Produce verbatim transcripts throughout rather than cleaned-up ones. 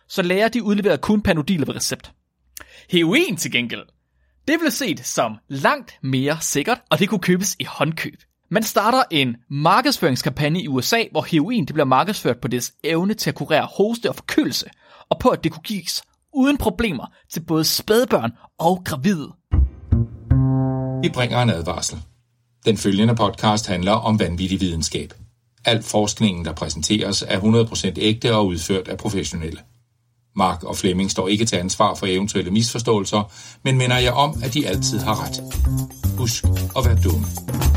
så læger de udleverede kun Panodil ved recept. Heroin til gengæld, det blev set som langt mere sikkert, og det kunne købes i håndkøb. Man starter en markedsføringskampagne i U S A, hvor heroin det bliver markedsført på dets evne til at kurere hoste og forkølelse, og på at det kunne gives uden problemer til både spædbørn og gravide. Vi bringer en advarsel. Den følgende podcast handler om vanvittig videnskab. Al forskningen, der præsenteres, er hundrede procent ægte og udført af professionelle. Mark og Flemming står ikke til ansvar for eventuelle misforståelser, men minder jer om, at de altid har ret. Husk at være dumme.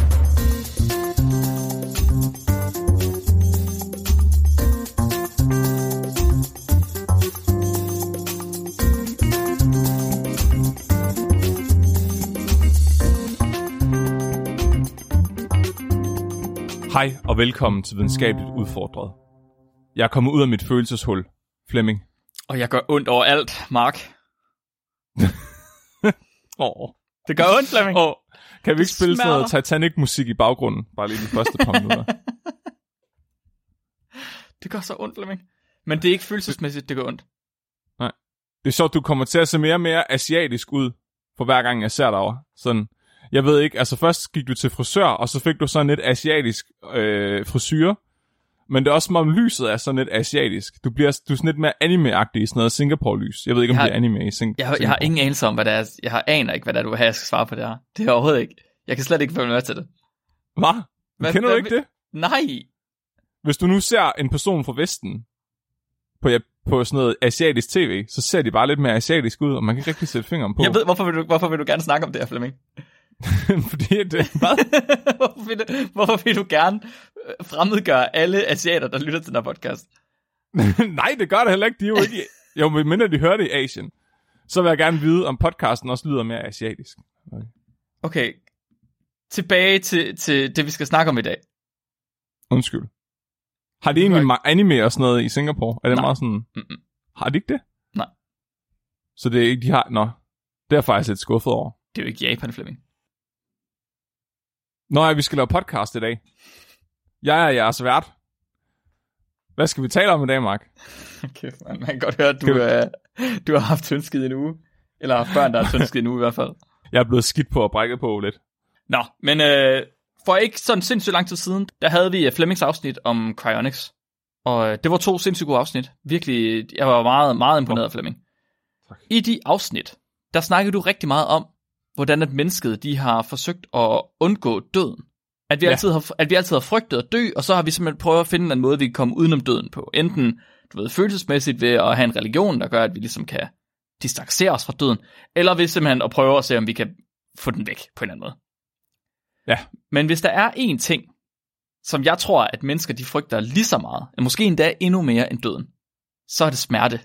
Hej og velkommen til Videnskabeligt Udfordret. Jeg er kommet ud af mit følelseshul, Flemming. Og jeg gør ondt over alt, Mark. oh. Det gør ondt, Flemming. Oh. Kan vi ikke det spille sådan noget smerter. Titanic-musik i baggrunden? Bare lige de første par minutter. Det gør så ondt, Flemming. Men det er ikke følelsesmæssigt, det gør ondt. Nej. Det er sjovt, du kommer til at se mere og mere asiatisk ud, for hver gang jeg ser dig over. Sådan... Jeg ved ikke, altså først gik du til frisør, og så fik du sådan lidt asiatisk øh, frisyre. Men det er også som om lyset er sådan lidt asiatisk. Du bliver du er sådan lidt mere anime-agtig i sådan noget Singapore-lys. Jeg ved ikke, om har, det er anime i Sing- jeg har, Singapore. Jeg har ingen anelse om, hvad det er. Jeg har aner ikke, hvad det er, du vil have, jeg skal svare på det her. Det er overhovedet ikke. Jeg kan slet ikke følge med til det. Hvad? hvad Kender hvad, du ikke det? Nej. Hvis du nu ser en person fra Vesten på, på sådan noget asiatisk tv, så ser de bare lidt mere asiatisk ud, og man kan ikke rigtig sætte fingeren på. Jeg ved, hvorfor vil du, hvorfor vil du gerne snakke om det her, Flemming? Fordi det... Hvad? hvorfor, vil du, hvorfor vil du gerne fremmedgøre alle asiater, der lytter til den her podcast? Nej, det gør det heller ikke. De er jo ikke... Jo, men mindre de hører det i Asien, så vil jeg gerne vide, om podcasten også lyder mere asiatisk. Okay, okay. Tilbage til, til det, vi skal snakke om i dag. Undskyld. Har de egentlig okay. anime og sådan noget i Singapore? Er det Nej. meget sådan... Mm-mm. Har de ikke det? Nej. Så det er ikke, de har... Nå, det er jeg faktisk lidt skuffet over. Det er jo ikke Japan, Flemming. Nå ja, vi skal lave podcast i dag. Jeg er jeres vært. Hvad skal vi tale om i dag, Mark? Okay, man, man kan godt høre, at du, øh, du har haft tyndskid i en uge. Eller haft børn, der har tyndskid i en uge i hvert fald. Jeg er blevet skidt på og brækket på lidt. Nå, men øh, for ikke sådan sindssygt lang tid siden, der havde vi Flemmings afsnit om cryonics. Og øh, det var to sindssygt gode afsnit. Virkelig, jeg var meget, meget imponeret af Flemming. Tak. I de afsnit, der snakkede du rigtig meget om, hvordan at mennesket, de har forsøgt at undgå døden. At vi, ja. altid har, at vi altid har frygtet at dø, og så har vi simpelthen prøvet at finde en måde, vi kan komme udenom døden på. Enten, du ved, følelsesmæssigt ved at have en religion, der gør, at vi ligesom kan distancere os fra døden, eller ved simpelthen at prøve at se, om vi kan få den væk på en eller anden måde. Ja. Men hvis der er én ting, som jeg tror, at mennesker, de frygter lige så meget, eller måske endda endnu mere end døden, så er det smerte.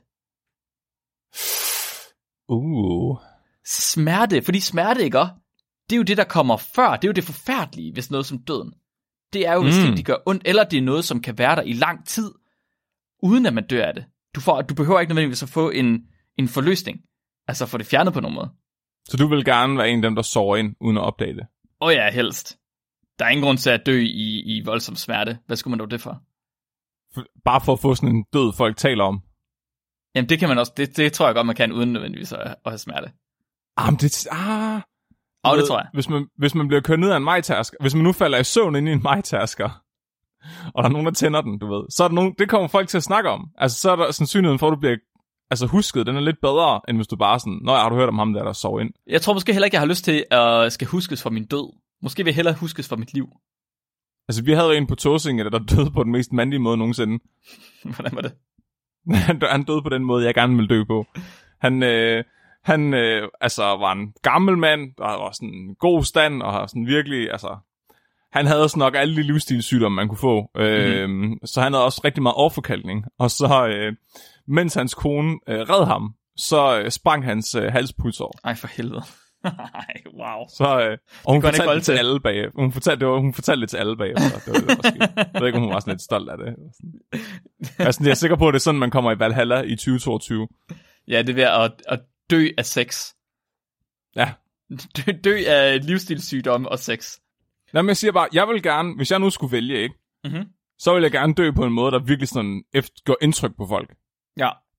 Uh... Smerte, fordi smerte, ikke også? Det er jo det, der kommer før. Det er jo det forfærdelige, hvis noget som døden. Det er jo, hvis mm. det de gør ondt, eller det er noget, som kan være der i lang tid, uden at man dør af det. Du, får, du behøver ikke nødvendigvis at få en, en forløsning. Altså få det fjernet på nogen måde. Så du vil gerne være en af dem, der sover ind, uden at opdage det? Åh oh ja, helst. Der er ingen grund til at dø i, i voldsom smerte. Hvad skulle man dog det for? for? Bare for at få sådan en død, folk taler om. Jamen det kan man også, det, det tror jeg godt, man kan, uden nødvendigvis at, at have smerte. Ah, men det... Ah... Og det tror jeg. Hvis man, hvis man bliver kørt ned af en majtærsker, hvis man nu falder i søvn ind i en majtærsker, og der er nogen, der tænder den, du ved, så er der nogen, det kommer folk til at snakke om. Altså, så er der sandsynligheden for, at du bliver altså, husket, den er lidt bedre, end hvis du bare sådan, nå, har du hørt om ham der, der sov ind? Jeg tror måske heller ikke, jeg har lyst til at skal huskes for min død. Måske vil jeg hellere huskes for mit liv. Altså, vi havde en på Tåsinge, der døde på den mest mandlige måde nogensinde. Hvordan var det? Han døde på den måde, jeg gerne ville dø på. Han... Øh, Han øh, altså var en gammel mand, der var sådan en god stand, og har sådan virkelig, altså, han havde også nok alle de livsstilssygdomme, man kunne få. Øh, mm-hmm. Så han havde også rigtig meget overforkalkning. Og så, øh, mens hans kone øh, red ham, så øh, sprang hans øh, halspuls over. Ej, for helvede. Ej, wow. Så, øh, og hun fortalte det til alle bag. Hun fortalte det, var, hun fortalte det til alle bag. Det var det, der var sket. Jeg ved ikke, om hun var sådan lidt stolt af det. Altså, jeg er sikker på, at det er sådan, man kommer i Valhalla i tyve toogtyve. Ja, det er ved at, at dø af sex. Ja. Dø, dø af livsstilssygdomme og sex. Nej, men jeg siger bare, jeg vil gerne, hvis jeg nu skulle vælge, ikke? Mm-hmm. Så vil jeg gerne dø på en måde, der virkelig sådan efter, gør indtryk på folk. Ja.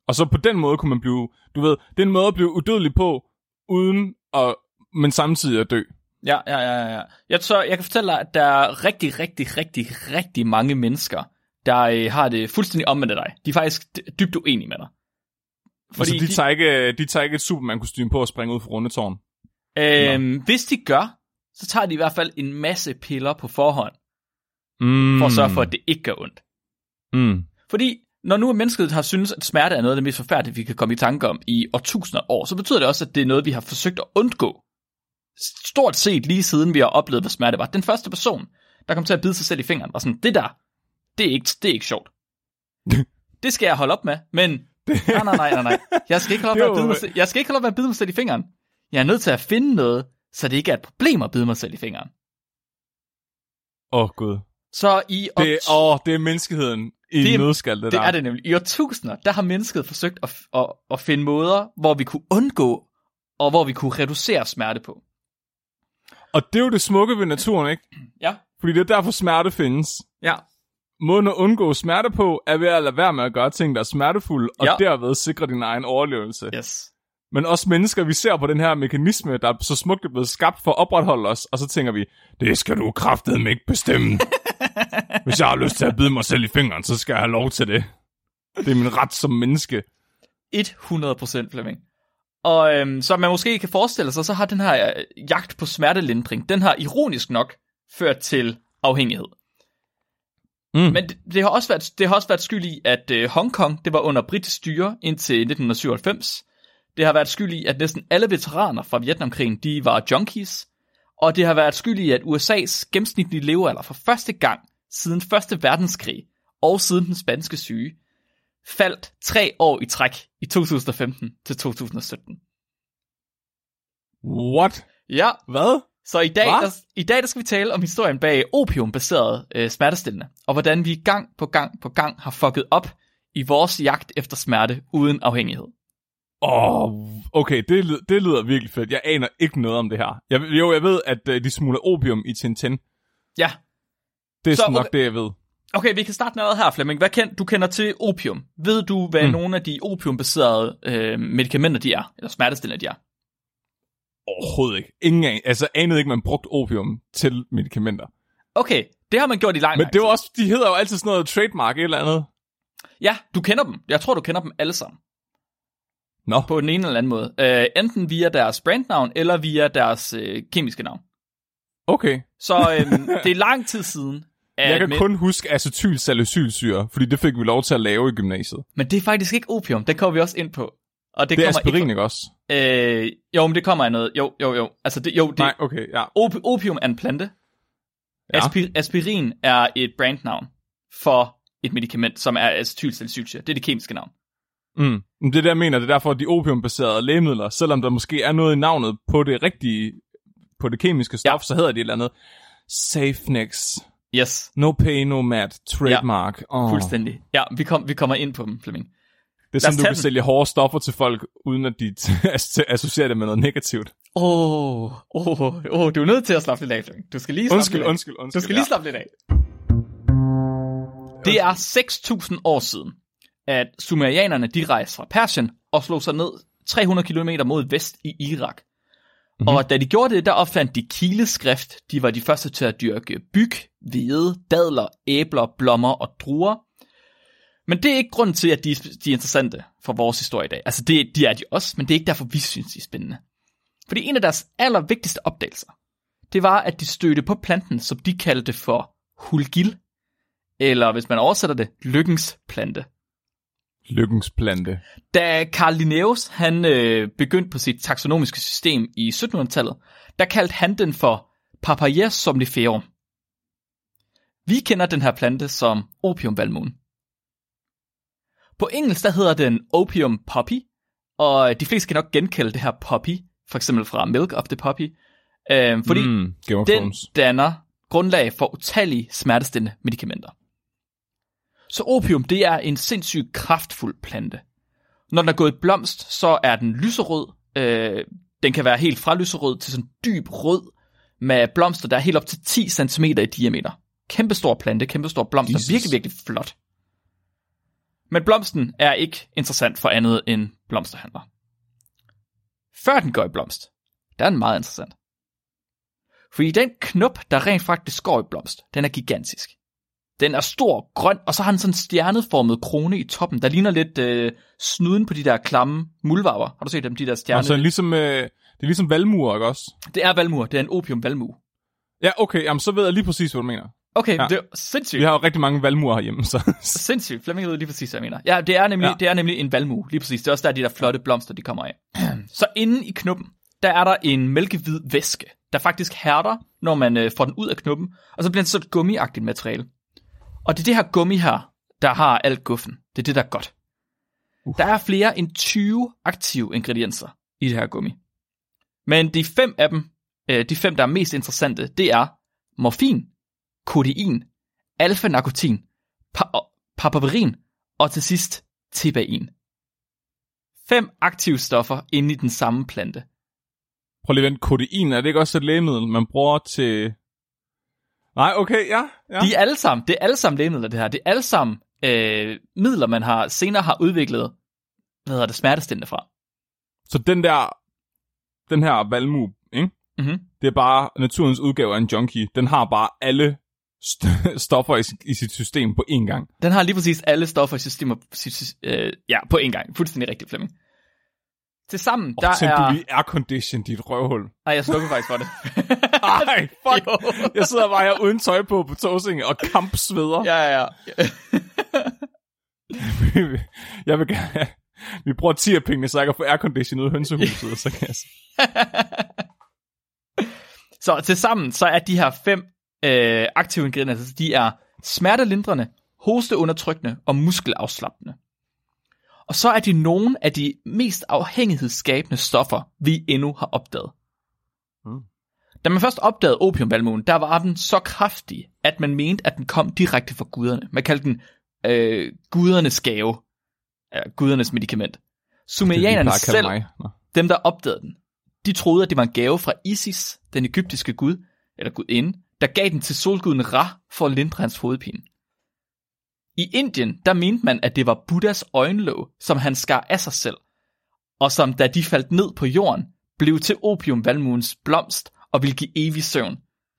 Og så på den måde kunne man blive, du ved, det er en måde at blive udødelig på, uden at, men samtidig at dø. Ja, ja, ja, ja. Jeg, så, jeg kan fortælle dig, at der er rigtig, rigtig, rigtig, rigtig mange mennesker, der øh, har det fuldstændig omvendt af dig. De er faktisk dybt uenige med dig. Fordi altså, de, de, tager ikke, de tager ikke et Superman-kostyme på at springe ud fra rundetårn? Øhm, hvis de gør, så tager de i hvert fald en masse piller på forhånd, mm. for at sørge for, at det ikke gør ondt. Mm. Fordi når nu mennesket har syntes, at smerte er noget af det mest forfærdelige, vi kan komme i tanke om i årtusinder år, så betyder det også, at det er noget, vi har forsøgt at undgå. Stort set lige siden vi har oplevet, hvad smerte var. Den første person, der kom til at bide sig selv i fingeren, var sådan, det der, det er ikke, det er ikke sjovt. Det skal jeg holde op med, men nej, nej, nej, nej, nej. Jeg skal ikke holde op med at bide mig selv, jeg skal ikke holde op med at bide mig selv i fingeren. Jeg er nødt til at finde noget, så det ikke er et problem at bide mig selv i fingeren. Åh, oh, Gud. Så i det, åh, oh, det er menneskeheden i det, nødskal, det, det der. Det er det nemlig. I årtusinder, der har mennesket forsøgt at, at, at finde måder, hvor vi kunne undgå, og hvor vi kunne reducere smerte på. Og det er jo det smukke ved naturen, ikke? Ja. Fordi det er derfor smerte findes. Ja. Måden at undgå smerte på, er ved at lade være med at gøre ting, der er smertefulde, og ja. derved sikre din egen overlevelse. Yes. Men også mennesker, vi ser på den her mekanisme, der er så smukt blevet skabt for at opretholde os, og så tænker vi, det skal du kraftedeme ikke bestemme. Hvis jeg har lyst til at bide mig selv i fingeren, så skal jeg have lov til det. Det er min ret som menneske. hundrede procent, Flemming. Og øhm, som man måske kan forestille sig, så har den her øh, jagt på smertelindring, den har ironisk nok ført til afhængighed. Mm. Men det, det, har også været, det har også været skyld i, at øh, Hongkong, det var under britisk styre indtil nitten syvoghalvfems. Det har været skyld i, at næsten alle veteraner fra Vietnamkrigen, de var junkies. Og det har været skyld i, at U S A's gennemsnitlige levealder for første gang siden første verdenskrig og siden den spanske syge, faldt tre år i træk i to tusind og femten til to tusind og sytten. What? Ja. Hvad? Så i dag, der, i dag der skal vi tale om historien bag opiumbaseret øh, smertestillende, og hvordan vi gang på gang på gang har fucket op i vores jagt efter smerte uden afhængighed. Åh, oh, okay, det, lyder, det lyder virkelig fedt. Jeg aner ikke noget om det her. Jeg, jo, jeg ved, at uh, de smugler opium i Tintin. Ja. Det er så, sådan nok okay. det, jeg ved. Okay, vi kan starte noget her, Flemming. Hvad kend, du kender til opium? Ved du, hvad mm. nogle af de opiumbaserede øh, medicamenter de er? Eller smertestillende de er? Overhovedet ikke. Ingen an, altså anede ikke, man brugte opium til medicamenter. Okay, det har man gjort i lang Men det var også, de hedder jo altid sådan noget trademark eller andet. Ja, du kender dem. Jeg tror, du kender dem alle sammen. Nå. På den ene eller anden måde. Uh, enten via deres brandnavn, eller via deres uh, kemiske navn. Okay. Så um, det er lang tid siden. Jeg kan med... kun huske acetylsalicylsyre, fordi det fik vi lov til at lave i gymnasiet. Men det er faktisk ikke opium, det kommer vi også ind på. Og det, det er kommer aspirin, ikke også? Øh, jo, men det kommer af noget. Jo, jo, jo. Altså, det, jo det... Nej, okay, ja. Op- opium er en plante. Ja. Aspi- aspirin er et brandnavn for et medicament, som er acetylsalicylsyre. Det er det kemiske navn. Mm. Det er det, jeg mener. Det er derfor, at de opiumbaserede lægemidler, selvom der måske er noget i navnet på det rigtige, på det kemiske stof, ja. Så hedder det et eller andet Safenex. Yes. No pay, no mat. Trademark. Ja, oh. Fuldstændig. Ja, vi, kom, vi kommer ind på dem, Flemming. Det er sådan, du kan den. Sælge hårde stoffer til folk, uden at de associerer det med noget negativt. Åh, oh, oh, oh, du er nødt til at slappe lidt af, Flemming. Du skal lige slappe undskyld, lidt af. Undskyld, undskyld, Du skal lige ja. slappe lidt af. Det er seks tusind år siden, at sumerianerne de rejste fra Persien og slog sig ned tre hundrede kilometer mod vest i Irak. Mm-hmm. Og da de gjorde det, der opfandt de kileskrift. De var de første til at dyrke byg, hvede, dadler, æbler, blommer og druer. Men det er ikke grunden til, at de, de er interessante for vores historie i dag. Altså, det, de er de også, men det er ikke derfor, vi synes, de er spændende. Fordi en af deres allervigtigste opdagelser, det var, at de stødte på planten, som de kaldte for hulgil. Eller hvis man oversætter det, lykkens plante. Lykkens plante. Da Carl Linnaeus, han øh, begyndte på sit taksonomiske system i syttenhundredetallet, der kaldte han den for Papaya somniferum. Vi kender den her plante som opiumvalmuen. På engelsk, der hedder den opium poppy, og de fleste kan nok genkalde det her poppy, for eksempel fra Milk of the Poppy, øh, fordi mm, den danner grundlag for utallige smertestillende medicamenter. Så opium, det er en sindssygt kraftfuld plante. Når den er gået i blomst, så er den lyserød. Øh, den kan være helt fra lyserød til sådan dyb rød, med blomster, der er helt op til ti centimeter i diameter. Kæmpestor plante, kæmpestor blomster, Jesus. Virkelig, virkelig flot. Men blomsten er ikke interessant for andet end blomsterhandler. Før den går i blomst, der er den meget interessant. Fordi den knop, der rent faktisk går i blomst, den er gigantisk. Den er stor, grøn, og så har den sådan en stjerneformet krone i toppen, der ligner lidt øh, snuden på de der klamme muldvarper. Har du set dem, de der stjerne? Altså, ligesom, øh, det er ligesom valmuer, ikke også? Det er valmuer, det er en opium-valmue. Ja, okay, jamen, så ved jeg lige præcis, hvad du mener. Okay, ja. Det er sindssygt. Vi har jo rigtig mange valmuer herhjemme, så... Sindssygt, Flemming ved lige præcis, hvad jeg mener. Ja, det er nemlig, ja. det er nemlig en valmue, lige præcis. Det er også der, de der flotte blomster, de kommer af. Så inde i knuppen, der er der en mælkehvid væske, der faktisk hærder, når man øh, får den ud af knuppen, og så bliver det sådan et gummiagtigt materiale. Og det er det her gummi her, der har alt guffen. Det er det, der er godt. Uh. Der er flere end tyve aktive ingredienser i det her gummi. Men de fem af dem, øh, de fem, der er mest interessante, det er morfin, kodein, alfa-narkotin, pa- papaverin og til sidst tebain. Fem aktive stoffer inde i den samme plante. Prøv lige at vente, kodein, er det ikke også et lægemiddel, man bruger til... Nej, okay, ja. ja. De er alle sammen, det er alle sammen lægemidler, det her. Det er alle sammen øh, midler, man har senere har udviklet, hvad hedder det, smertestillende fra. Så den der, den her valmue, ikke? Mm-hmm. Det er bare naturens udgave af en junkie. Den har bare alle st- stoffer i, i sit system på én gang. Den har lige præcis alle stoffer i systemet øh, ja, på én gang. Fuldstændig rigtigt, Flemming. Tilsammen, oh, der er... er... du lige aircondition, dit røvhul. Nej, jeg slukker faktisk for det. Ej, fuck. Jeg sidder bare her uden tøj på på togsengen og kampsveder. Ja, ja, ja. Jeg vil gerne... Vi bruger ti af pengene, så jeg kan få aircondition ud i hønsehuset. Så, kan jeg... så tilsammen, så er de her fem øh, aktive ingredienser, de er smertelindrende, hosteundertrykkende og muskelafslappende. Og så er de nogle af de mest afhængighedsskabende stoffer, vi endnu har opdaget. Mm. Da man først opdagede opiumvalmuen, der var den så kraftig, at man mente, at den kom direkte fra guderne. Man kaldte den øh, gudernes gave. Ja, gudernes medicament. Sumerianerne selv, dem der opdagede den, de troede, at det var en gave fra Isis, den egyptiske gud, eller gudinde, der gav den til solguden Ra for at lindre hans hovedpine. I Indien, der mente man, at det var Buddhas øjenlåg, som han skar af sig selv, og som, da de faldt ned på jorden, blev til opiumvalmuens blomst og ville give evig søvn.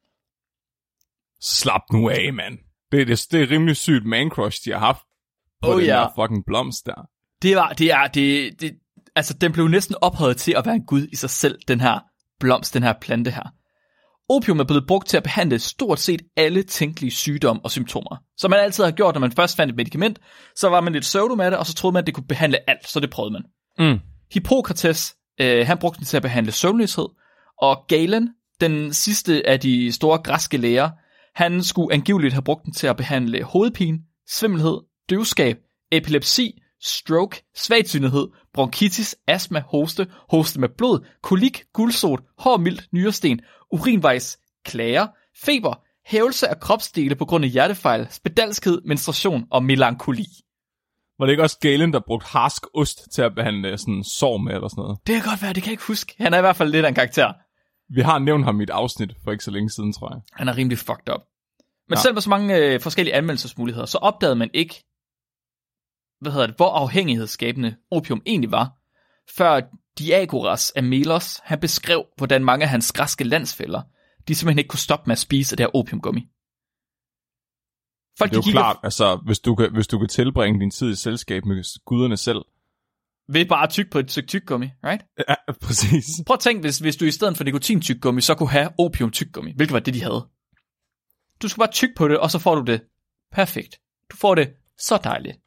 Slap nu af, mand. Det er, det, det er rimelig sygt man-crush, de har haft på oh, den ja. der fucking blomst der. Det var, det er, det, det, altså den blev næsten ophøjet til at være en gud i sig selv, den her blomst, den her plante her. Opium er blevet brugt til at behandle stort set alle tænkelige sygdomme og symptomer. Som man altid har gjort, når man først fandt et medicament, så var man lidt pseudo med det, og så troede man, at det kunne behandle alt, så det prøvede man. Mm. Hippokrates, øh, han brugte den til at behandle søvnløshed, og Galen, den sidste af de store græske læger, han skulle angiveligt have brugt den til at behandle hovedpine, svimmelhed, døvskab, epilepsi, stroke, svagsynethed, bronkitis, astma, hoste, hoste med blod, kolik, gulsot, hård mildt, nyresten, urinvejs, klager, feber, hævelse af kropsdele på grund af hjertefejl, spedalskhed, menstruation og melankoli. Var det ikke også Galen, der brugte harsk ost til at behandle sådan sår med eller sådan noget? Det kan godt være, det kan jeg ikke huske. Han er i hvert fald lidt af en karakter. Vi har nævnt ham i et afsnit for ikke så længe siden, tror jeg. Han er rimelig fucked up. Men ja. Selv med så mange øh, forskellige anmeldelsesmuligheder, så opdagede man ikke, hvad hedder det, hvor afhængighedsskabende opium egentlig var, før Diagoras af Melos, han beskrev, hvordan mange af hans græske landsfæller, de simpelthen ikke kunne stoppe med at spise det her opiumgummi. Folk, det er de jo klart, og... altså, hvis du, kan, hvis du kan tilbringe din tid i selskab med guderne selv. Ved bare at tygge på et stykke tyggegummi, right? Ja, præcis. Prøv at tænke, hvis, hvis du i stedet for nikotin-tyggegummi, så kunne have opium-tyggegummi, hvilket var det, de havde. Du skal bare tygge på det, og så får du det perfekt. Du får det så dejligt.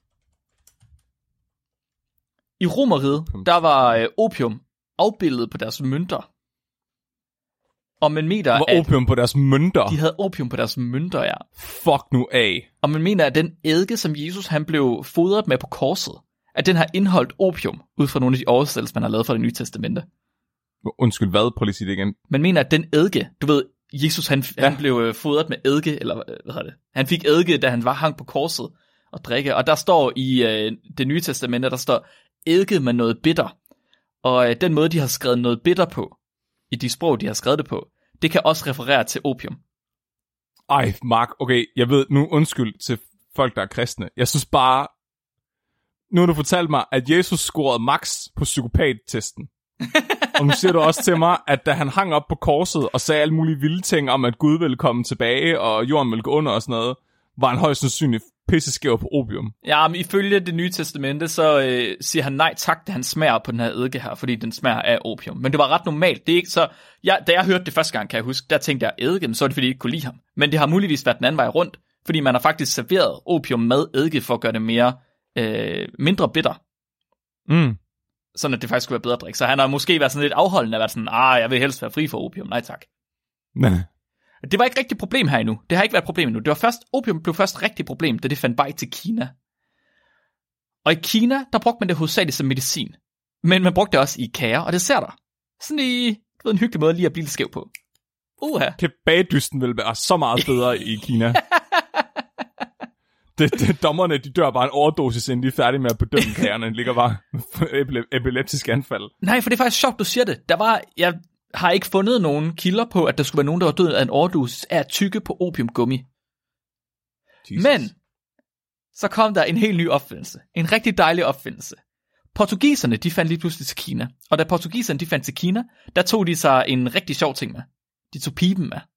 I Romerriget, der var øh, opium afbildet på deres mønter. Og man mener, der var opium på deres mønter? De havde opium på deres mønter, ja. Fuck nu af. Og man mener, at den eddike, som Jesus han blev fodret med på korset, at den har indholdt opium, ud fra nogle af de oversættelser, man har lavet fra Det Nye Testamente. Undskyld, hvad? Prøv lige at sige det igen. Man mener, at den eddike, du ved, Jesus han, ja. han blev fodret med eddike, eller hvad hedder det? Han fik eddike, da han var hang på korset og drikke. Og der står i øh, Det Nye Testamente, der står eddike med noget bitter. Og øh, den måde, de har skrevet noget bitter på, i de sprog, de har skrevet det på, det kan også referere til opium. Ej, Mark, okay, jeg ved nu, undskyld til folk, der er kristne. Jeg synes bare, nu har du fortalt mig, at Jesus scorede max på psykopat-testen. Og nu siger du også til mig, at da han hang op på korset og sagde alle mulige vilde ting om, at Gud ville komme tilbage, og jorden ville gå under og sådan noget, var han højst sandsynligt pisseskæv på opium. Ja, men ifølge det nye testamente, så øh, siger han nej tak, da han smager på den her eddike her, fordi den smager af opium. Men det var ret normalt. Det er ikke så... Ja, da jeg hørte det første gang, kan jeg huske, der tænkte jeg, eddike, så er det fordi, jeg ikke kunne lide ham. Men det har muligvis været den anden vej rundt, fordi man har faktisk serveret opium med eddike for at gøre det mere øh, mindre bitter. Mm. Sådan at det faktisk skulle være bedre at drikke. Så han har måske været sådan lidt afholdende og været sådan, ah, jeg vil helst være fri for opium, nej tak. Nej. Det var ikke rigtig problem her endnu. Det har ikke været et problem endnu. Det var først, opium blev først et rigtigt problem, da det fandt vej til Kina. Og i Kina, der brugte man det hovedsageligt som medicin. Men man brugte det også i kager og desserter. Sådan i, du ved, en hyggelig måde lige at blive lidt skæv på. Uha. Kebabdysten vil være så meget bedre i Kina. Det, det, dommerne, de dør bare en overdosis, inden de er færdige med at bedømme kagerne. De ligger bare epileptisk anfald. Nej, for det er faktisk sjovt, du siger det. Der var... Jeg har ikke fundet nogen kilder på, at der skulle være nogen, der var død af en overdosis af at tygge på opiumgummi. Jesus. Men, så kom der en helt ny opfindelse. En rigtig dejlig opfindelse. Portugiserne, de fandt lige pludselig til Kina. Og da portugiserne, de fandt til Kina, der tog de sig en rigtig sjov ting med. De tog piben med.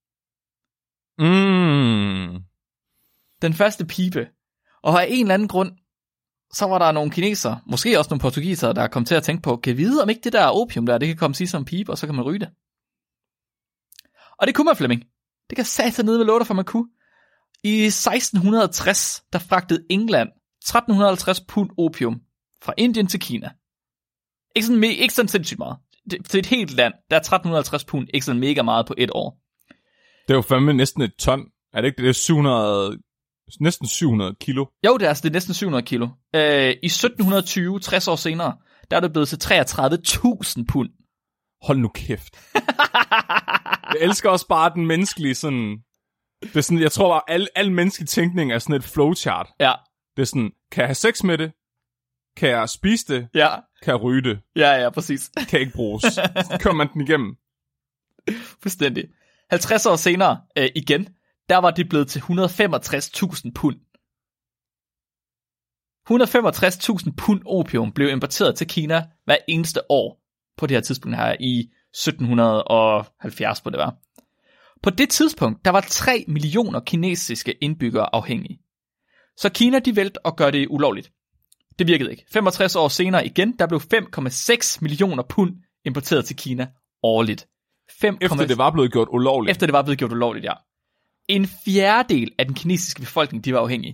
Mm. Den første pibe. Og af en eller anden grund, så var der nogle kinesere, måske også nogle portugisere, der kom til at tænke på, kan vide om ikke det der opium der, det kan komme sig som pibe, og så kan man ryge det. Og det kunne man, Flemming. Det kan satan nede med låter, for man kunne. I seksten tres, der fragtede England tretten halvtreds pund opium fra Indien til Kina. Ikke sådan, ikke sådan sindssygt meget. Det, til et helt land, der er tretten halvtreds pund, ikke sådan mega meget på et år. Det er jo fandme næsten et ton. Er det ikke det? Det er syv hundrede... Næsten syv hundrede kilo. Jo, det er, altså, det er næsten syv hundrede kilo. Øh, I sytten tyve, tres år senere, der er det blevet til treogtredive tusind pund. Hold nu kæft. Jeg elsker også bare den menneskelige sådan... Det er sådan, jeg tror bare, al, al menneskelig tænkning er sådan et flowchart. Ja. Det er sådan, kan jeg have sex med det? Kan jeg spise det? Ja. Kan jeg ryge det? Ja, ja, præcis. Kan jeg ikke bruges? Så kører man den igennem. Fuldstændig. halvtreds år senere, øh, igen, der var det blevet til et hundrede og femogtres tusind pund. et hundrede og femogtres tusind pund opium blev importeret til Kina hver eneste år på det her tidspunkt her i sytten halvfjerds, på det var. På det tidspunkt, der var tre millioner kinesiske indbyggere afhængige. Så Kina, de valgte at gøre det ulovligt. Det virkede ikke. femogtres år senere igen, der blev fem komma seks millioner pund importeret til Kina årligt. fem, Efter det var blevet gjort ulovligt? Efter det var blevet gjort ulovligt, ja. En fjerdedel af den kinesiske befolkning, de var afhængige.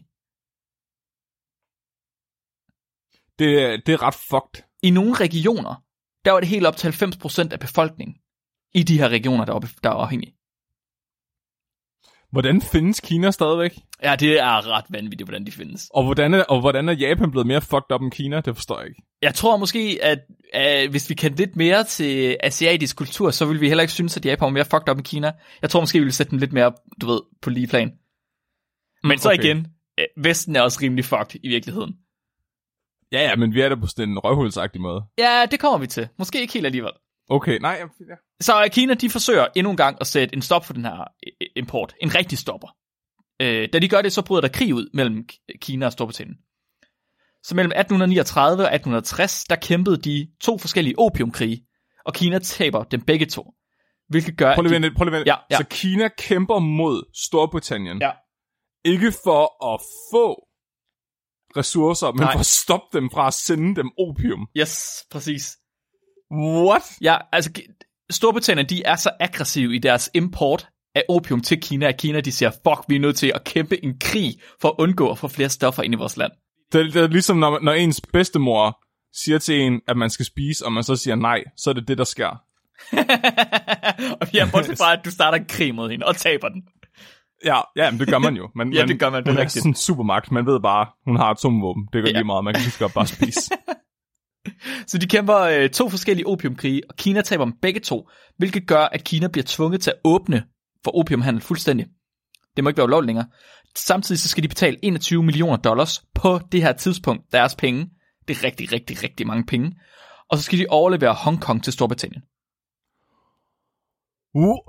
Det, det er ret fucked. I nogle regioner, der var det helt op til halvfems procent af befolkningen i de her regioner, der var, der var afhængige. Hvordan findes Kina stadigvæk? Ja, det er ret vanvittigt, hvordan de findes. Og hvordan er, og hvordan er Japan blevet mere fucked up end Kina? Det forstår jeg ikke. Jeg tror måske, at, at hvis vi kan lidt mere til asiatisk kultur, så vil vi heller ikke synes, at Japan er mere fucked up end Kina. Jeg tror måske, vi vil sætte dem lidt mere, du ved, på lige plan. Men mm, så okay. igen, Vesten er også rimelig fucked i virkeligheden. Ja, ja, men vi er der på sådan en røvhulsagtig måde. Ja, det kommer vi til. Måske ikke helt alligevel. Okay, nej. Ja. Så Kina, de forsøger endnu en gang at sætte en stop for den her import. En rigtig stopper. Øh, da de gør det, så bryder der krig ud mellem Kina og Storbritannien. Så mellem atten niogtredive og atten tres, der kæmpede de to forskellige opiumkrige, og Kina taber dem begge to. Hvilket gør... Prøv lige vente, prøv lige vente. Ja, ja. Så Kina kæmper mod Storbritannien. Ja. Ikke for at få ressourcer, men Nej. for at stoppe dem fra at sende dem opium. Yes, præcis. What? Ja, altså Storbritannien, de er så aggressive i deres import af opium til Kina, at Kina, de siger, fuck, vi er nødt til at kæmpe en krig for at undgå at få flere stoffer ind i vores land. Det, det er ligesom, når, når ens bedstemor siger til en, at man skal spise, og man så siger nej, så er det det, der sker. Og vi har bortset fra, at du starter en krig mod hende og taber den. Ja, ja, men det gør man jo. Man, ja, det gør man. Det hun er er sådan en supermagt. Man ved bare, hun har atomvåben. Det gør ja. lige meget. Man kan lige godt bare spise. Så de kæmper øh, to forskellige opiumkrige, og Kina taber dem begge to, hvilket gør, at Kina bliver tvunget til at åbne for opiumhandel fuldstændig. Det må ikke være ulovligt længere. Samtidig så skal de betale enogtyve millioner dollars på det her tidspunkt, deres penge. Det er rigtig, rigtig, rigtig mange penge. Og så skal de overlevere Hongkong til Storbritannien. Uh,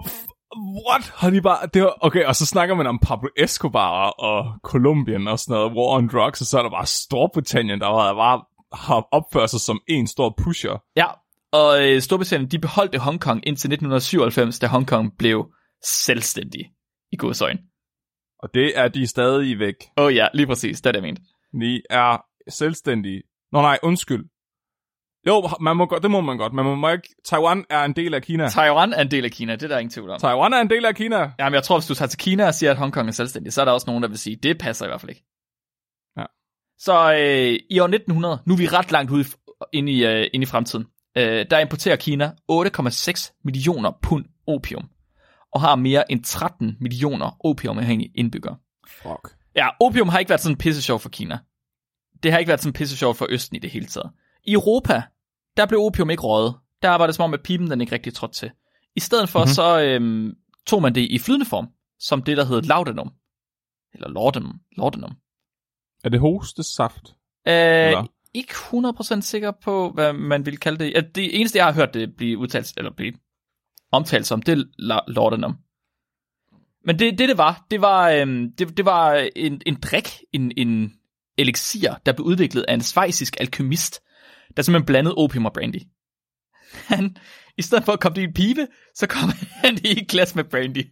What? Har de bare... Det var, okay, og så snakker man om Pablo Escobar og Colombien og sådan noget, War on Drugs, og så er der bare Storbritannien, der var bare har opført sig som en stor pusher. Ja, og øh, Storbritannien, de beholdte Hongkong indtil nitten syvoghalvfems, da Hongkong blev selvstændig i godsøjne. Og det er de stadig væk. Åh oh, ja, lige præcis, det er det, jeg mente. De er selvstændige. Nå nej, undskyld. Jo, man må godt, det må man godt, men man må ikke... Taiwan er en del af Kina. Taiwan er en del af Kina, det er der ingen tvivl om. Taiwan er en del af Kina. Jamen, jeg tror, hvis du tager til Kina og siger, at Hongkong er selvstændig, så er der også nogen, der vil sige, det passer i hvert fald ikke. Ja. Så øh, i år nitten hundrede, nu er vi ret langt ude inde i, øh, inde i fremtiden, øh, der importerer Kina otte komma seks millioner pund opium, og har mere end tretten millioner opiumafhængige indbyggere. Fuck. Ja, opium har ikke været sådan pisse sjovt for Kina. Det har ikke været sådan pisse sjovt for Østen i det hele taget. I Europa, der blev opium ikke røget. Der var det som om, at pipen den ikke rigtig trådte til. I stedet for, mm-hmm. så øhm, tog man det i flydende form, som det, der hedder laudanum. Eller laudanum. laudanum. Er det hostesaft? Øh, ikke hundrede procent sikker på, hvad man vil kalde det. Ja, det eneste, jeg har hørt det blive udtalt, eller blive omtalt som, det er la- laudanum. Men det, det, det var, det var, øhm, det, det var en, en drik, en, en elixir, der blev udviklet af en schweizisk alkymist, der simpelthen blandede opium og brandy. Han, i stedet for at komme det i en pibe, så kom han i et glas med brandy.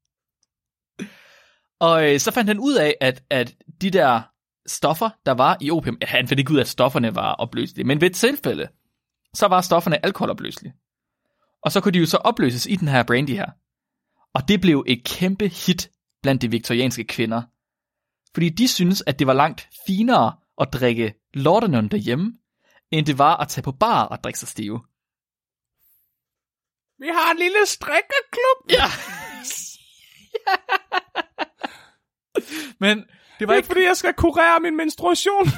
Og øh, så fandt han ud af, at, at de der stoffer, der var i opium, ja, han fandt ikke ud af, at stofferne var opløselige, men ved et tilfælde, så var stofferne alkoholopløselige. Og så kunne de jo så opløses i den her brandy her. Og det blev et kæmpe hit blandt de viktorianske kvinder. Fordi de synes, at det var langt finere at drikke laudanum derhjemme, end det var at tage på bar og drikke sig stive. Vi har en lille strikkerklub. Ja. Men det var det ikke fordi, jeg skal kurere min menstruation.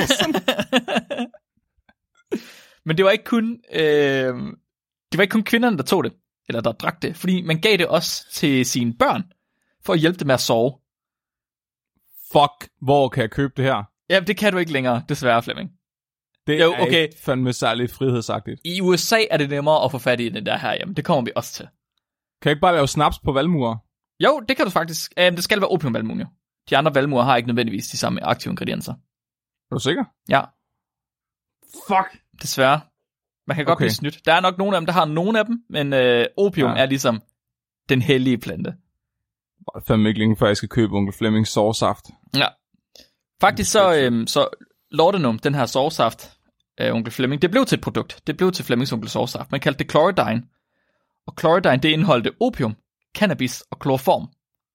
Men det var ikke kun øh, det var ikke kun kvinderne, der tog det, eller der drak det, fordi man gav det også til sine børn, for at hjælpe dem med at sove. Fuck, hvor kan jeg købe det her? Ja, det kan du ikke længere, desværre, Flemming. Det jo, okay. er ikke fandme særligt frihedsagtigt. I U S A er det nemmere at få fat i det der her hjemme. Det kommer vi også til. Kan jeg ikke bare lave snaps på valmuer? Jo, det kan du faktisk. Um, det skal være opiumvalmue. De andre valmuer har ikke nødvendigvis de samme aktive ingredienser. Er du sikker? Ja. Fuck. Desværre. Man kan godt okay. blive snydt. Der er nok nogle af dem, der har nogle af dem, men øh, opium ja. er ligesom den hellige plante. Det er fandme ikke længe før jeg skal købe onkel Flemmings sårsaft. Ja. Faktisk så, øh, så laudanum, den her sårsaft, øh, onkel Flemming, det blev til et produkt. Det blev til Flemmings onkel sårsaft. Man kaldte det chlorodyne. Og chlorodyne, det indeholdte opium, cannabis og kloroform.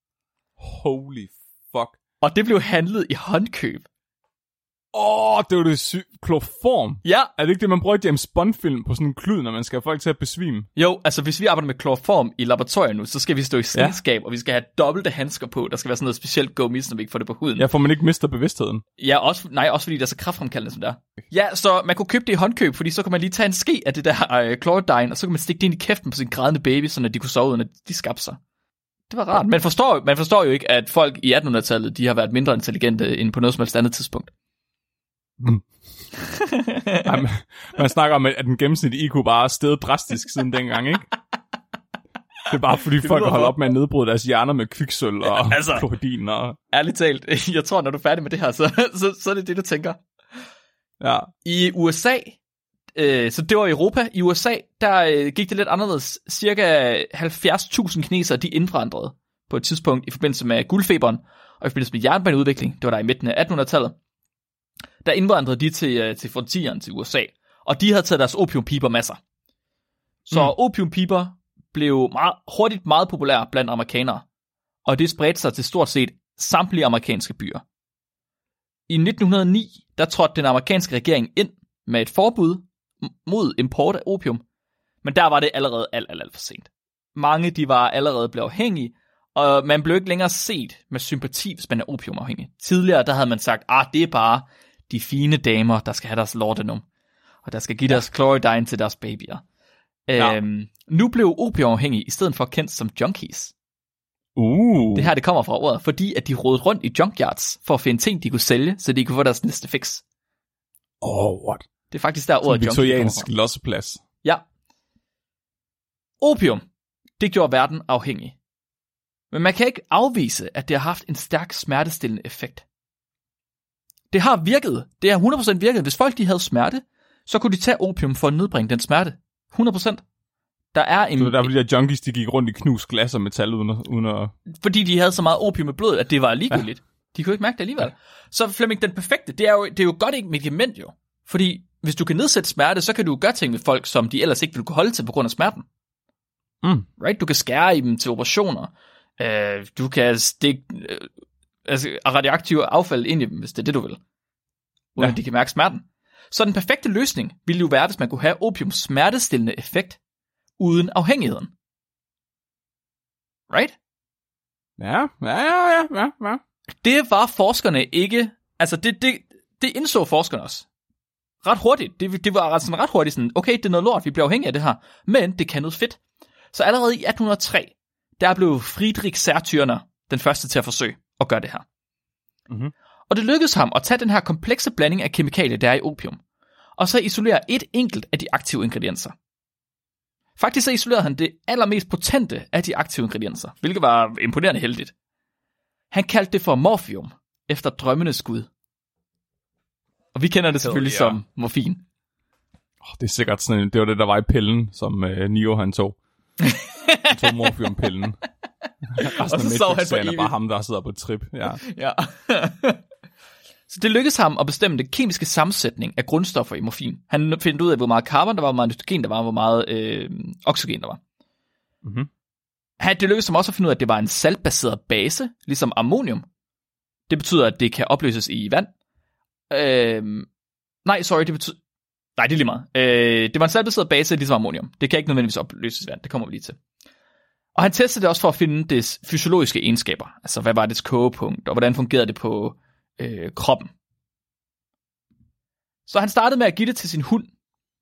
Holy fuck. Og det blev handlet i håndkøb. Åh, oh, det var det syge. Kloroform? Ja. Er det ikke det, man bruger i James Bond-film på sådan en klud, når man skal have folk til at besvime? Jo, altså hvis vi arbejder med kloroform i laboratoriet nu, så skal vi stå i selskab, ja. Og vi skal have dobbelte handsker på. Der skal være sådan noget specielt gummi, så vi ikke får det på huden. Ja, for man ikke mister bevidstheden. Ja, også, nej, også fordi det er så kræftfremkaldende som der. Ja, så man kunne købe det i håndkøb, fordi så kunne man lige tage en ske af det der øh, chlorodyne, og så kunne man stikke det ind i kæften på sin grædende baby, så de kunne sove, uden at de skabte sig. Det var rart. Man forstår, man forstår jo ikke, at folk i attenhundredetallet, de har været mindre intelligente end på noget som helst andet tidspunkt. Mm. Ej, man, man snakker om, at den gennemsnitlige I Q bare er steget drastisk siden dengang, ikke? Det er bare fordi det folk har holdt op med at nedbryde deres hjerner med kviksøl og ja, altså, kloridin. Og... Ærligt talt, jeg tror, når du er færdig med det her, så, så, så er det det, du tænker. Ja. I U S A, øh, så det var i Europa, i U S A, der øh, gik det lidt anderledes. Cirka halvfjerds tusind kinesere, de indvandrede på et tidspunkt i forbindelse med guldfeberen, og i forbindelse med jernbaneudvikling, det var der i midten af attenhundredetallet. Der indvandrede de til, til frontieren til U S A, og de havde taget deres opiumpiber masser. Så mm. opiumpiber blev meget, hurtigt meget populære blandt amerikanere, og det spredte sig til stort set samtlige amerikanske byer. I nitten hundrede og ni, der trådte den amerikanske regering ind med et forbud mod import af opium, men der var det allerede alt, alt, alt for sent. Mange de var allerede blevet afhængige, og man blev ikke længere set med sympati, hvis man er opiumafhængig. Tidligere der havde man sagt, ah, det er bare de fine damer, der skal have deres laudanum, og der skal give deres chlorodyne til deres babyer. Ja. Øhm, nu blev opiumafhængige i stedet for kendt som junkies. Uh. Det her det kommer fra ordet, fordi at de rodede rundt i junkyards for at finde ting, de kunne sælge, så de kunne få deres næste fix. Oh, what? Det er faktisk der ordet junkie kommer fra. Viktoriansk losseplads. Ja. Opium, Det gjorde verden afhængig. Men man kan ikke afvise, at det har haft en stærk smertestillende effekt. Det har virket. Det har hundrede procent virket. Hvis folk de havde smerte, så kunne de tage opium for at nedbringe den smerte. hundrede procent. Der er en... Det var derfor, de der junkies, de gik rundt i knust glas og metal uden at... Uden at... Fordi de havde så meget opium i blodet, at det var ligegyldigt. Ja. De kunne ikke mærke det alligevel. Ja. Så Flemming, den perfekte, det er jo, det er jo godt ikke medicament jo. Fordi hvis du kan nedsætte smerte, så kan du gøre ting med folk, som de ellers ikke ville kunne holde til på grund af smerten. Mm. Right? Du kan skære i dem til operationer. Uh, du kan stikke uh, altså, radioaktive affald ind i dem, hvis det er det, du vil. Uden ja. de kan mærke smerten. Så den perfekte løsning ville jo være, hvis man kunne have opiums smertestillende effekt uden afhængigheden. Right? Ja, ja, ja, ja, ja. Det var forskerne ikke, altså det, det, det indså forskerne også. Ret hurtigt. Det, det var sådan ret hurtigt sådan, okay, det er noget lort, vi bliver afhængige af det her, men det kan noget fedt. Så allerede i atten hundrede og tre, der blev Friedrich Sertürner den første til at forsøge at gøre det her. Mm-hmm. Og det lykkedes ham at tage den her komplekse blanding af kemikalier, der er i opium, og så isolere et enkelt af de aktive ingredienser. Faktisk så isolerede han det allermest potente af de aktive ingredienser, hvilket var imponerende heldigt. Han kaldte det for morfium, efter drømmenes gud. Og vi kender det selvfølgelig oh, yeah. som morfin. Oh, det er sikkert sådan, det var det, der var i pillen, som uh, Neo han tog. Han tog morfiumpillen. Og så sov han for evigt. Bare ham, der sidder på trip. Ja. ja. Så det lykkedes ham at bestemme den kemiske sammensætning af grundstoffer i morfin. Han fandt ud af, hvor meget carbon der var, hvor meget nitrogen der var, hvor meget øh, oxygen der var. Mm-hmm. Han, det lykkedes ham også at finde ud af, at det var en saltbaseret base, ligesom ammonium. Det betyder, at det kan opløses i vand. Øh, nej, sorry, det betyder... Nej, det er lige meget. Øh, det var en saltbaseret base, ligesom ammonium. Det kan ikke nødvendigvis opløses i vand, det kommer vi lige til. Og han testede det også for at finde dets fysiologiske egenskaber. Altså, hvad var dets kogepunkt, og hvordan fungerede det på øh, kroppen. Så han startede med at give det til sin hund.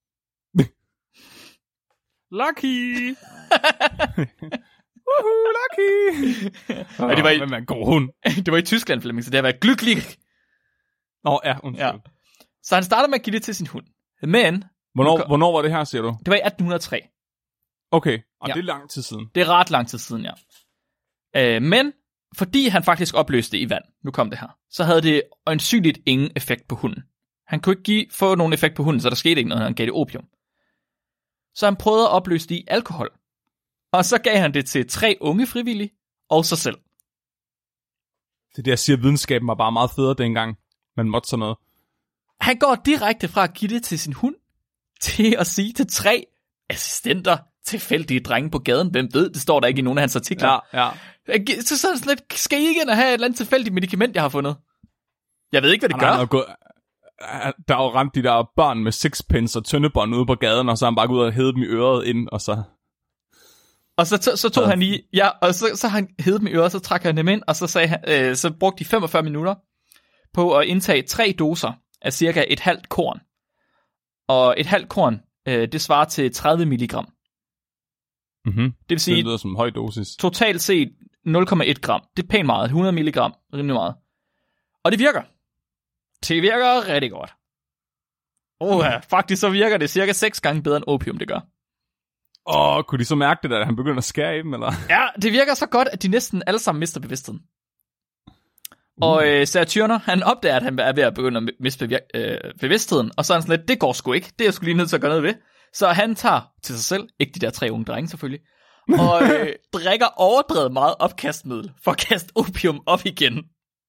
Lucky! Woohoo, lucky! Og det var i, hvem er en god hund? Det var i Tyskland, Flemming, så det har været glyklig. Nå, ja, undskyld. Ja. Så han startede med at give det til sin hund. Men... Hvornår, kom, hvornår var det her, siger du? Det var i atten hundrede og tre. Okay, og ja. Ja. Det er lang tid siden. Det er ret lang tid siden, ja. Øh, men, fordi han faktisk opløste det i vand, nu kom det her, så havde det øjensynligt ingen effekt på hunden. Han kunne ikke give, få nogen effekt på hunden, så der skete ikke noget, han gav det opium. Så han prøvede at opløse det i alkohol. Og så gav han det til tre unge frivillige og sig selv. Det der siger, videnskaben var bare meget federe dengang. Man måtte sådan noget. Han går direkte fra at give det til sin hund, til at sige til tre assistenter, tilfældige drenge på gaden, hvem ved, det står der ikke i nogen af hans artikler. Ja, ja. Så sådan lidt, skal I ikke ind og have et eller andet tilfældigt medicament, jeg har fundet? Jeg ved ikke, hvad det han gør. Gået, der er jo ramt de der børn med sixpence og tøndebånd ude på gaden, og så har han bare gået ud og hævet dem i øret ind, og så... Og så, så, så tog ja. han i, ja, og så, så han hævet dem i øret, så trak han dem ind, og så, sagde han, øh, så brugte de femogfyrre minutter på at indtage tre doser af cirka et halvt korn. Og et halvt korn, øh, det svarer til tredive milligram. Mm-hmm. Det vil sige, det lyder som en høj dosis. Totalt set nul komma en gram. Det er pænt meget, hundrede milligram, rimelig meget. Og det virker. Det virker rigtig godt. Oh, ja, faktisk så virker det cirka seks gange bedre end opium, det gør. Åh, oh, kunne de så mærke det, da han begyndte at skære i dem, eller? Ja, det virker så godt, at de næsten alle sammen mister bevidstheden. Uh. Og øh, Sertürner, han opdager, at han er ved at begynde at miste bevir- øh, bevidstheden, og så er han sådan lidt, det går sgu ikke, det er jeg sgu lige nødt til at gøre noget ved. Så han tager til sig selv, ikke de der tre unge drenge selvfølgelig, og øh, drikker overdrevet meget opkastmiddel, for at kaste opium op igen.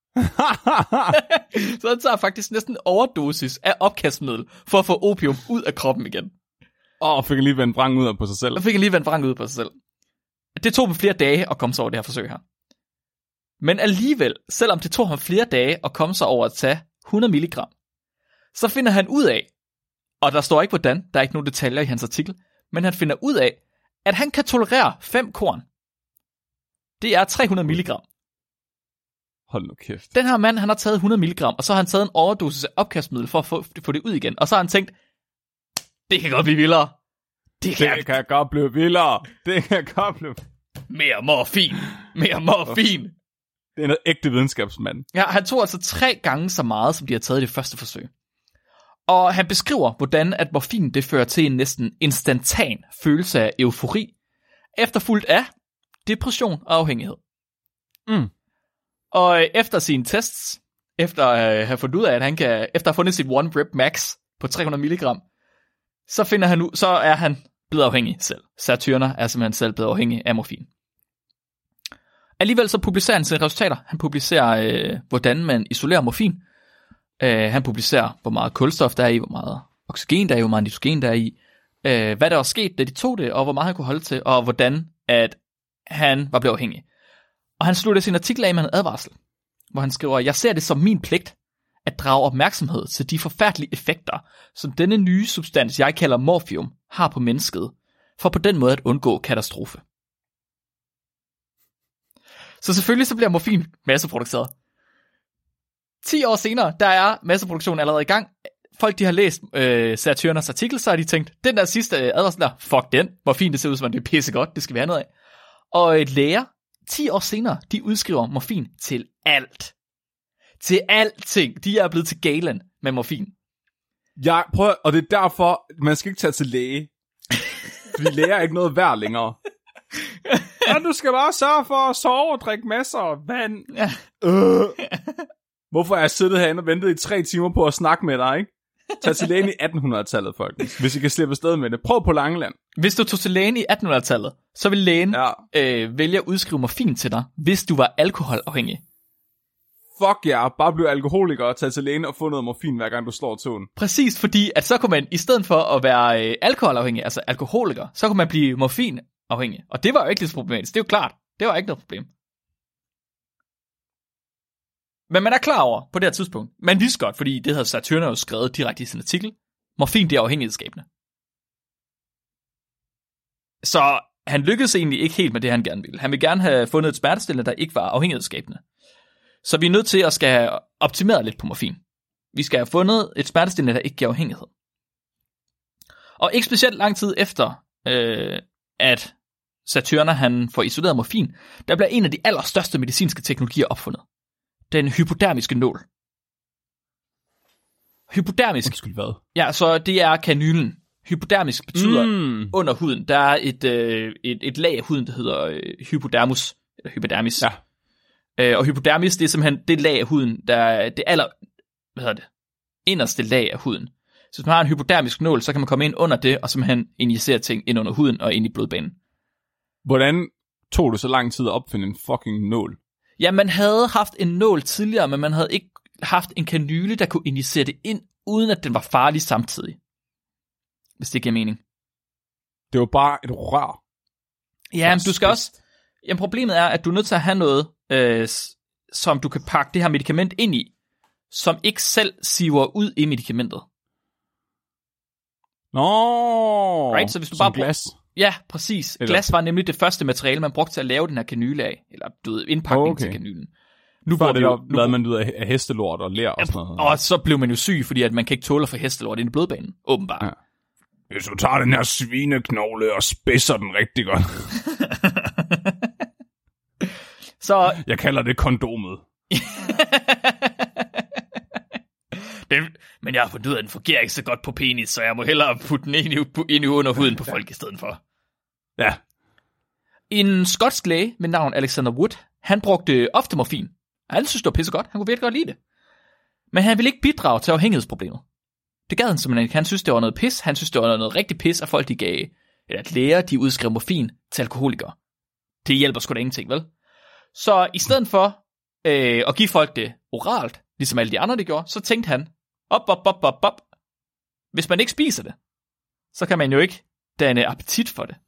Så han tager faktisk næsten overdosis af opkastmiddel, for at få opium ud af kroppen igen. Åh, oh, fik han lige vendt vrang ud af på sig selv. Og fik han lige vendt vrang ud på sig selv. Det tog dem flere dage at komme sig over det her forsøg her. Men alligevel, selvom det tog ham flere dage at komme sig over at tage hundrede milligram, så finder han ud af, og der står ikke hvordan, der er ikke nogen detaljer i hans artikel, men han finder ud af, at han kan tolerere fem korn. Det er tre hundrede milligram. Hold nu kæft. Den her mand, han har taget hundrede milligram, og så har han taget en overdosis af opkastmiddel for at få, få det ud igen. Og så har han tænkt, det kan godt blive vildere. Det kan, det kan godt blive vildere. Det kan godt blive... Mere morfin. Mere morfin. Det er noget ægte videnskabsmand. Ja, han tog altså tre gange så meget, som de har taget i det første forsøg. Og han beskriver, hvordan at morfin det fører til en næsten instantan følelse af eufori, efterfulgt af depression og afhængighed. Mm. Og efter sine tests, efter at have fundet ud af, at han kan, efter at have fundet sit one rep max på tre hundrede milligram, så, finder han nu, så er han blevet afhængig selv. Serge Turner er simpelthen selv blevet afhængig af morfin. Alligevel så publicerer han sine resultater. Han publicerer, øh, hvordan man isolerer morfin. Øh, han publicerer, hvor meget kulstof der er i, hvor meget oxygen der er i, hvor meget nitrogen der er i, øh, hvad der var sket, da de tog det, og hvor meget han kunne holde til, og hvordan at han var blevet afhængig. Og han slutter sin artikel af med en advarsel, hvor han skriver, jeg ser det som min pligt at drage opmærksomhed til de forfærdelige effekter, som denne nye substans, jeg kalder morfium, har på mennesket, for på den måde at undgå katastrofe. Så selvfølgelig så bliver morfin masseproduceret. ti år senere, der er masseproduktionen allerede i gang. Folk, de har læst øh, Serge Turners artikel, så har de tænkt, den der sidste advarsel der, fuck den, morfin, det ser ud som, det er pissegodt, det skal vi have noget af. Og et læger, ti år senere, de udskriver morfin til alt. Til alting. De er blevet til galen med morfin. Jeg prøver, og det er derfor, man skal ikke tage til læge. Fordi læger er ikke noget værd længere. Ja, du skal bare sørge for at sove og drikke masser af vand. Ja. Øh. Hvorfor er jeg siddet herinde og ventet i tre timer på at snakke med dig, ikke? Tag til lægen i attenhundredetallet, folkens. Hvis I kan slippe afsted med det. Prøv på Langeland. Hvis du tog til lægen i attenhundredetallet, så ville lægen ja. øh, vælge at udskrive morfin til dig, hvis du var alkoholafhængig. Fuck ja, yeah. Bare blive alkoholiker og tage til lægen og få noget morfin, hver gang du slår tåen. Præcis, fordi at så kunne man, i stedet for at være øh, alkoholafhængig, altså alkoholiker, så kunne man blive morfinafhængig. Og det var jo ikke lidt problematisk, det er jo klart. Det var ikke noget problem. Men man er klar over, på det her tidspunkt, man vidste godt, fordi det havde Serge Turner jo skrevet direkte i sin artikel, morfin det er afhængighedsskabende. Så han lykkedes egentlig ikke helt med det, han gerne ville. Han ville gerne have fundet et smertestillende, der ikke var afhængighedsskabende. Så vi er nødt til at skal have optimeret lidt på morfin. Vi skal have fundet et smertestillende, der ikke giver afhængighed. Og ikke specielt lang tid efter, øh, at Serge Turner han får isoleret morfin, der bliver en af de allerstørste medicinske teknologier opfundet. Den hypodermiske nål. Hypodermisk. Undskyld, hvad? Ja, så det er kanylen. Hypodermisk betyder mm. under huden. Der er et, øh, et, et lag af huden, der hedder øh, hypodermus. Eller hypodermis. Ja. Øh, og hypodermis, det er simpelthen det lag af huden, der er det aller, hvad hedder det, inderste lag af huden. Så hvis man har en hypodermisk nål, så kan man komme ind under det, og simpelthen injicere ting ind under huden og ind i blodbanen. Hvordan tog det så lang tid at opfinde en fucking nål? Ja, man havde haft en nål tidligere, men man havde ikke haft en kanyle, der kunne injicere det ind, uden at den var farlig samtidig. Hvis det giver mening. Det var bare et rør. Ja, men du skal også... Jamen, problemet er, at du er nødt til at have noget, øh, som du kan pakke det her medicament ind i, som ikke selv siver ud i medicamentet. Nå, right? Så hvis du som bare glas. Brug... Ja, præcis. Eller... Glas var nemlig det første materiale, man brugte til at lave den her kanyle af. Eller du ved, indpakning okay. til kanylen. Nu Før det jo, nu... lavede man ud af hestelort og ler og sådan noget. Og så blev man jo syg, fordi at man kan ikke tåle at få hestelort ind i blodbanen, åbenbart. Ja. Hvis du tager den her svineknogle og spidser den rigtig godt. Så... Jeg kalder det kondomet. det, men jeg har fundet ud af, at den fungerer ikke så godt på penis, så jeg må hellere putte den ind i, ind i under huden på folk i stedet for. Ja. En skotsk læge med navn Alexander Wood, han brugte ofte morfin. Han synes, det var pissegodt. Han kunne virkelig godt lide det. Men han ville ikke bidrage til afhængighedsproblemet. Det gad han simpelthen ikke. Han synes, det var noget pis. Han synes, det var noget rigtig pis, at folk de gav, eller at læger, de udskrev morfin til alkoholikere. Det hjælper sgu da ingenting, vel? Så i stedet for øh, at give folk det oralt, ligesom alle de andre det gjorde, så tænkte han, op, op, op, op, op. Hvis man ikke spiser det, så kan man jo ikke danne appetit for det.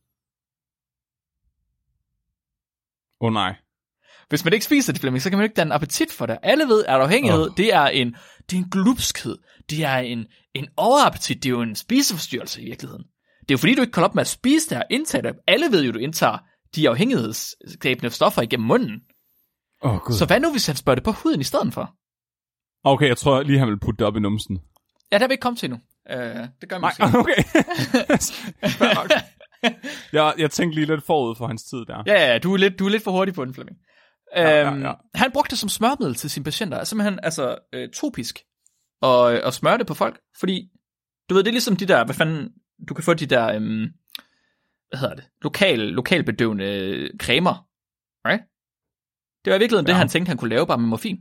Åh oh, nej. Hvis man ikke spiser det, Flemming, så kan man jo ikke danne appetit for det. Alle ved, at afhængighed, oh. det er en, det er en glupskhed. Det er en, en overappetit. Det er jo en spiseforstyrrelse i virkeligheden. Det er jo fordi, du ikke kommer op med at spise det her, indtage det. Alle ved jo, du indtager de afhængighedsskabende stoffer igennem munden. Oh, God. Så hvad nu, hvis han spørger det på huden i stedet for? Okay, jeg tror lige, han vil putte det op i numsen. Ja, det har vi ikke kommet til endnu. Uh, det gør vi måske. Okay. jeg, jeg tænkte lige lidt forud for hans tid der. Ja, ja, du er lidt, du er lidt for hurtig på den, Flemming. Ja, øhm, ja, ja. Han brugte det som smørmiddel til sine patienter. Altså simpelthen altså, øh, topisk. Og, og smøre det på folk. Fordi, du ved, det er ligesom de der, hvad fanden, du kan få de der, øhm, hvad hedder det, lokal, lokalbedøvende cremer. Right? Det var i virkeligheden ja. det, han tænkte, han kunne lave bare med morfin.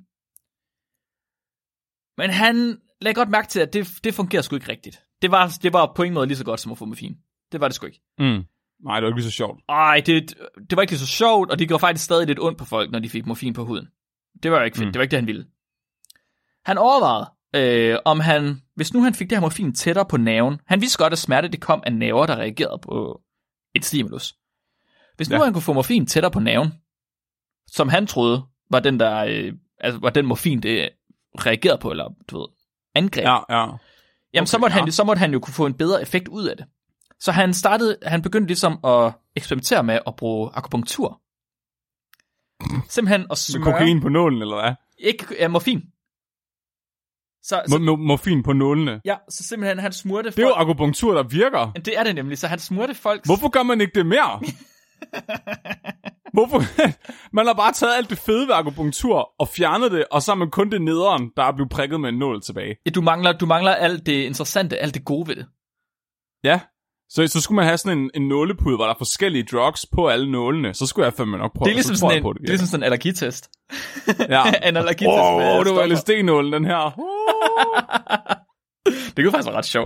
Men han lagde godt mærke til, at det, det fungerer sgu ikke rigtigt. Det var, det var på ingen måde lige så godt som at få morfin. Det var det sgu ikke. Mm. Nej, det var ikke lige så sjovt. Ej, det, det var ikke lige så sjovt, og det gjorde faktisk stadig lidt ondt på folk, når de fik morfin på huden. Det var jo ikke fedt. Mm. Det var ikke det, han ville. Han overvejede, øh, om han, hvis nu han fik det her morfin tættere på nerven, han vidste godt, at smerte det kom af nerver, der reagerede på et stimulus. Hvis nu ja. han kunne få morfin tættere på nerven, som han troede var den der, øh, altså var den morfin det reagerede på, eller du ved, angreb. Ja, ja. Okay, Jamen så måtte, ja. han, så måtte han jo kunne få en bedre effekt ud af det. Så han startede, han begyndte ligesom at eksperimentere med at bruge akupunktur. Simpelthen at smøre. Med kokain på nålen, eller hvad? Ikke, ja, morfin. Så, så, Mo- morfin på nålene? Ja, så simpelthen han smurte folk. Det er jo akupunktur, der virker. Det er det nemlig, så han smurte folk. Hvorfor gør man ikke det mere? Hvorfor? Man har bare taget alt det fede ved akupunktur og fjernet det, og så har man kun det nederen, der er blevet prikket med en nål tilbage. Ja, du mangler, du mangler alt det interessante, alt det gode ved det. Ja, så, så skulle man have sådan en, en nålepude, hvor der er forskellige drugs på alle nålene. Så skulle jeg fandme nok prøve. Det er ligesom sådan en, det, det er ligesom sådan en allergitest. Ja. En allergitest. Åh, oh, det var L S D-nålen, den her. Det kunne faktisk være ret sjovt.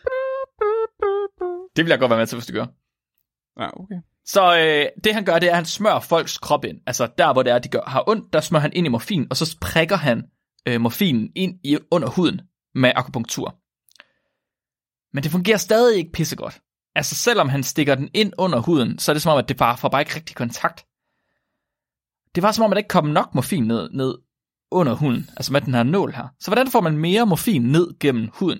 Det vil jeg godt være med til, hvis du gør. Ja, okay. Så øh, det han gør, det er, at han smører folks krop ind. Altså der, hvor det er, de gør, har ondt, der smører han ind i morfin, og så prikker han øh, morfinen ind i under huden med akupunktur. Men det fungerer stadig ikke pissegodt. Altså selvom han stikker den ind under huden, så er det som om, at det bare får bare ikke rigtig kontakt. Det var som om, at der ikke kom nok morfin ned, ned under huden, altså med den her nål her. Så hvordan får man mere morfin ned gennem huden?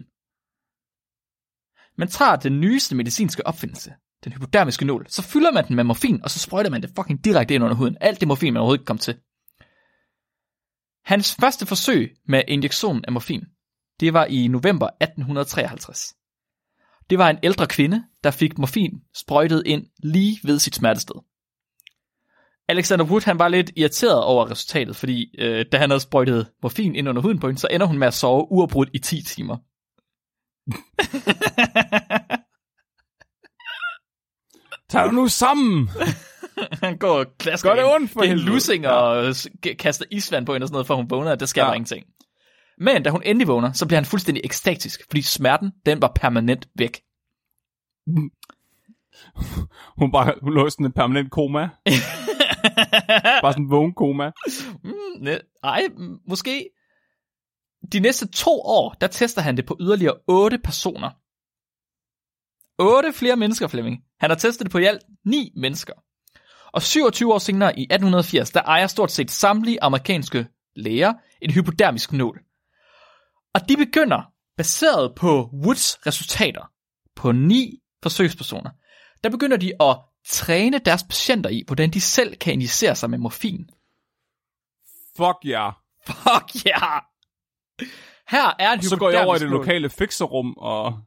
Man tager den nyeste medicinske opfindelse, den hypodermiske nål, så fylder man den med morfin, og så sprøjter man det fucking direkte ind under huden. Alt det morfin, man overhovedet ikke kom til. Hans første forsøg med injektion af morfin, det var i november atten treoghalvtreds. Det var en ældre kvinde, der fik morfin sprøjtet ind lige ved sit smertested. Alexander Wood, han var lidt irriteret over resultatet, fordi øh, da han havde sprøjtet morfin ind under huden på hende, så ender hun med at sove uafbrudt i ti timer. Tag du nu sammen! Han går og klasker Gør det ondt for hende. Lussing og kaster isvand på hende og sådan noget, for hun vågner, at der sker ja. ingenting. Men da hun endelig vågner, så bliver han fuldstændig ekstatisk, fordi smerten, den var permanent væk. Hun bare hun lå sådan en permanent koma. Bare sådan en vågen koma. Mm, ej, måske. De næste to år, der tester han det på yderligere otte personer. Otte flere mennesker, Flemming. Han har testet det på i alt ni mennesker. Og syvogtyve år senere i atten firs, der ejer stort set samtlige amerikanske læger en hypodermisk nål. Og de begynder, baseret på Woods resultater, på ni forsøgspersoner, der begynder de at træne deres patienter i, hvordan de selv kan injicere sig med morfin. Fuck ja. Yeah. Fuck ja. Yeah. Her er en så går jeg over i det lokale fikserrum og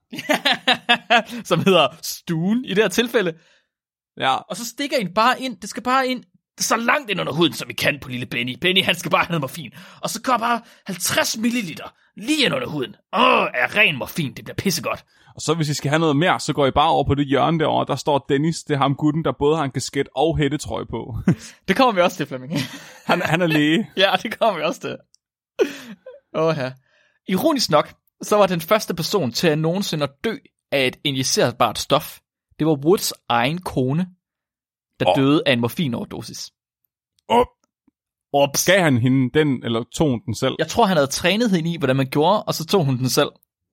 som hedder stuen i det her tilfælde. Ja. Og så stikker en bare ind. Det skal bare ind så langt ind under huden, som vi kan på lille Benny. Benny, han skal bare have noget morfin. Og så går bare halvtreds milliliter lige ind under huden. Åh, er ren morfin. Det bliver pissegodt. Og så hvis I skal have noget mere, så går I bare over på det hjørne derovre. Der står Dennis, det er ham gutten, der både har en kasket og hættetrøje på. Det kommer vi også til, Flemming. han, han er læge. Ja, det kommer vi også til. Åh ja. Ironisk nok, så var den første person til at nogensinde at dø af et injicerbart stof. Det var Woods egen kone, der oh. døde af en morfinoverdosis. Oh. Ops. Gav han hende den, eller tog hun den selv? Jeg tror, han havde trænet hende i, hvordan man gjorde, og så tog hun den selv.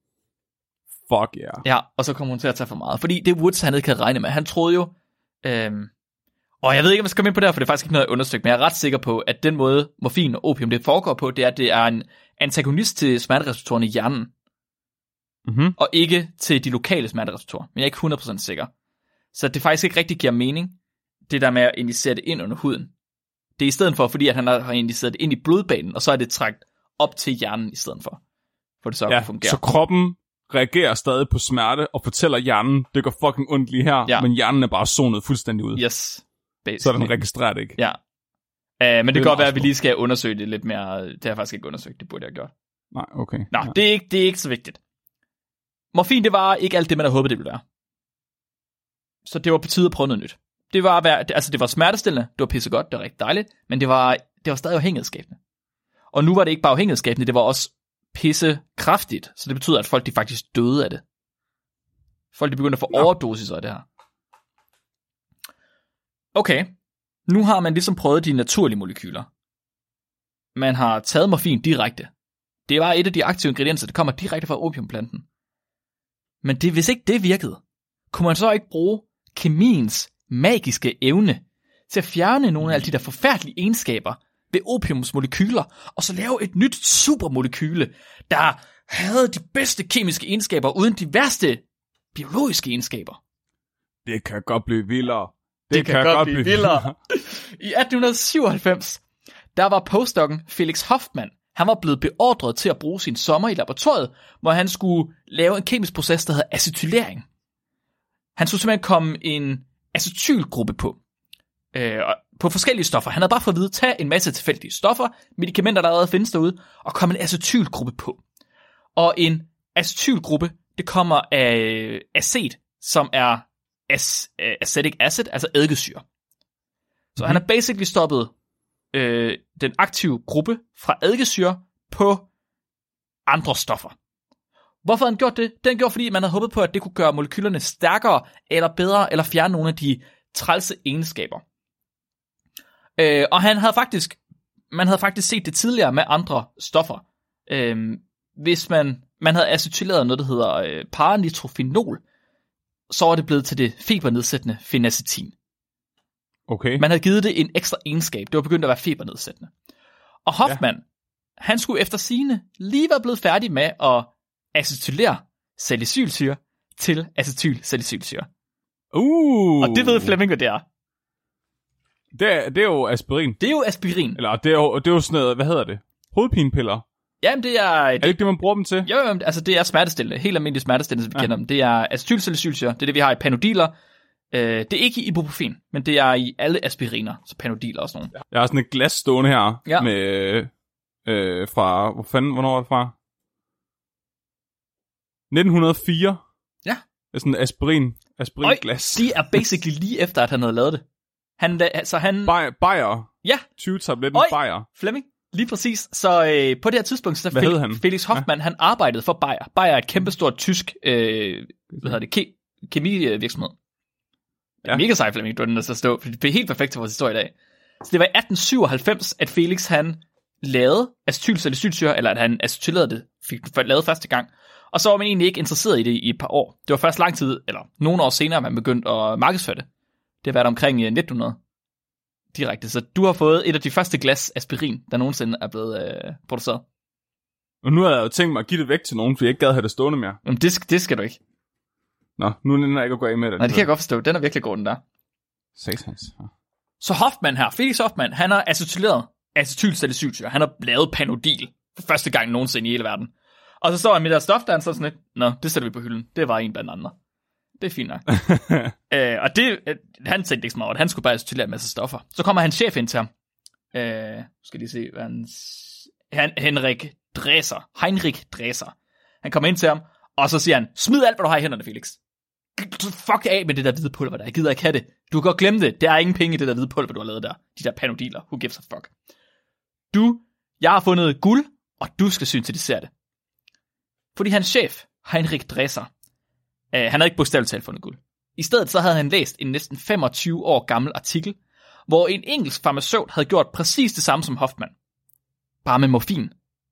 Fuck ja. Yeah. Ja, og så kom hun til at tage for meget. Fordi det Woods, han ikke havde regnet med. Han troede jo... Øhm, og jeg ved ikke, om jeg skal komme ind på det her, for det er faktisk ikke noget, jeg undersøgt, men jeg er ret sikker på, at den måde, morfin og opium, det foregår på, det er, at det er en antagonist til smertereceptorerne i hjernen. Mm-hmm. Og ikke til de lokale smertereceptorer. Men jeg er ikke hundrede procent sikker. Så det faktisk ikke rigtig giver mening, det der med at injicere det ind under huden. Det er i stedet for, fordi at han har injiceret det ind i blodbanen, og så er det trukket op til hjernen i stedet for. For det så ja, kan fungere. Så kroppen reagerer stadig på smerte, og fortæller hjernen, det går fucking ondt lige her, ja. Men hjernen er bare zonet fuldstændig ud. Yes. Basically. Så den registrerer det ikke. Ja. Uh, men det, det kan godt være, at vi lige skal undersøge det lidt mere. Det har jeg faktisk ikke undersøgt, det burde jeg have gjort. Nej, okay. Nå, ja. det, er ikke, det er ikke så vigtigt. Morfin, det var ikke alt det, man havde håbet, det ville være. Så det var på tide at prøve noget nyt. Det var, altså det var smertestillende, det var pissegodt, det var rigtig dejligt, men det var, det var stadig afhængighedsskabende. Og nu var det ikke bare afhængighedsskabende, det var også pisse kraftigt, så det betyder, at folk de faktisk døde af det. Folk de begyndte at få ja. overdosis af det her. Okay, nu har man ligesom prøvet de naturlige molekyler. Man har taget morfin direkte. Det var et af de aktive ingredienser, der kommer direkte fra opiumplanten. Men det, hvis ikke det virkede, kunne man så ikke bruge kemiens magiske evne til at fjerne nogle af alle de der forfærdelige egenskaber ved opiums molekyler, og så lave et nyt supermolekyle, der havde de bedste kemiske egenskaber, uden de værste biologiske egenskaber. Det kan godt blive vildere. Det, det kan, kan godt blive vildere. I atten syvoghalvfems, der var postdokken Felix Hoffmann, han var blevet beordret til at bruge sin sommer i laboratoriet, hvor han skulle lave en kemisk proces, der hedder acetylering. Han skulle simpelthen komme en acetylgruppe på, øh, på forskellige stoffer. Han havde bare fået at vide, tage en masse tilfældige stoffer, medicamenter, der allerede findes derude, og komme en acetylgruppe på. Og en acetylgruppe, det kommer af acet, som er ac- acetic acid, altså eddikesyre. Så mm. han har basically stoppet øh, den aktive gruppe fra eddikesyre på andre stoffer. Hvorfor har han gjort det? Den gjorde, fordi man havde håbet på, at det kunne gøre molekylerne stærkere, eller bedre, eller fjerne nogle af de trælse egenskaber. Øh, og han havde faktisk, man havde faktisk set det tidligere med andre stoffer. Øh, hvis man, man havde acetyleret noget, der hedder øh, paranitrofenol, så var det blevet til det febernedsættende fenacetin. Okay. Man havde givet det en ekstra egenskab. Det var begyndt at være febernedsættende. Og Hoffmann, ja. han skulle efter sigende lige være blevet færdig med at acetylere salicylsyre til acetylsalicylsyre. Uh. Og det ved Flemming, hvad det er. Det er, det er jo aspirin. Det er jo aspirin. Eller det er jo, det er jo sådan noget, hvad hedder det? Hovedpinepiller. Jamen det er... Er det ikke det, man bruger dem til? Jo, altså det er smertestillende. Helt almindeligt smertestillende, som vi ja. kender dem. Det er acetylsalicylsyre. Det er det, vi har i panodiler. Øh, det er ikke i ibuprofen, men det er i alle aspiriner. Så panodiler og sådan nogle. Jeg har sådan et glas stående her. Ja. Med... Øh, fra... Hvor fanden... Hvornår var det fra? nitten hundrede og fire. Ja. Det er sådan en aspirin. Aspiringlas. De er basically lige efter, at han havde lavet det. Han, altså han... Bayer. Ja. tyve tabletten Bayer. Flemming. Lige præcis. Så øh, på det her tidspunkt, så Fel- han? Felix Hoffmann, ja. han arbejdede for Bayer. Bayer er et kæmpestort tysk, øh, hvad hedder det, ke- kemivirksomhed. Ja. Mega sej, Flemming, du er den der så stå. Det er helt perfekt til vores historie i dag. Så det var i atten syvoghalvfems, at Felix han lavede acetylsalicylsyre, eller at han acetylerede det, fik det lavet første gang. Og så var man egentlig ikke interesseret i det i et par år. Det var først lang tid, eller nogle år senere, man begyndte at markedsføre det. Det har været omkring nitten hundrede direkte. Så du har fået et af de første glas aspirin, der nogensinde er blevet øh, produceret. Og nu har jeg jo tænkt mig at give det væk til nogen, for jeg ikke gad have det stående mere. Jamen det, det skal du ikke. Nå, nu er jeg ikke at gå af med det. Nej, det kan jeg godt forstå. Den er virkelig god, den der. Satans. Ja. Så Hoffmann her, Felix Hoffmann, han har acetyleret acetylsalicylsyre. Han har lavet Panodil for første gang nogensinde i hele verden. Og så står han med der stof, der er sådan lidt, nå, det sætter vi på hylden. Det var en blandt andre. Det er fint nok. øh, og det, øh, han tænkte ikke så meget over det. Han skulle bare acetylere en masse stoffer. Så kommer hans chef ind til ham. Øh, skal de se, hvad hans... Han, Henrik Dresser. Heinrich Dresser. Han kommer ind til ham, og så siger han, smid alt, hvad du har i hænderne, Felix. Fuck af med det der hvide pulver der. Jeg gider ikke have det. Du kan godt glemme det. Der er ingen penge i det der hvide pulver, du har lavet der. De der panodiler. Who gives a fuck? Du, jeg har fundet guld, og du skal syntetisere det. Fordi hans chef, Heinrich Dresser, øh, han havde ikke bogstaveligt talt fundet guld. I stedet så havde han læst en næsten femogtyve år gammel artikel, hvor en engelsk farmaceut havde gjort præcis det samme som Hoffmann. Bare med morfin.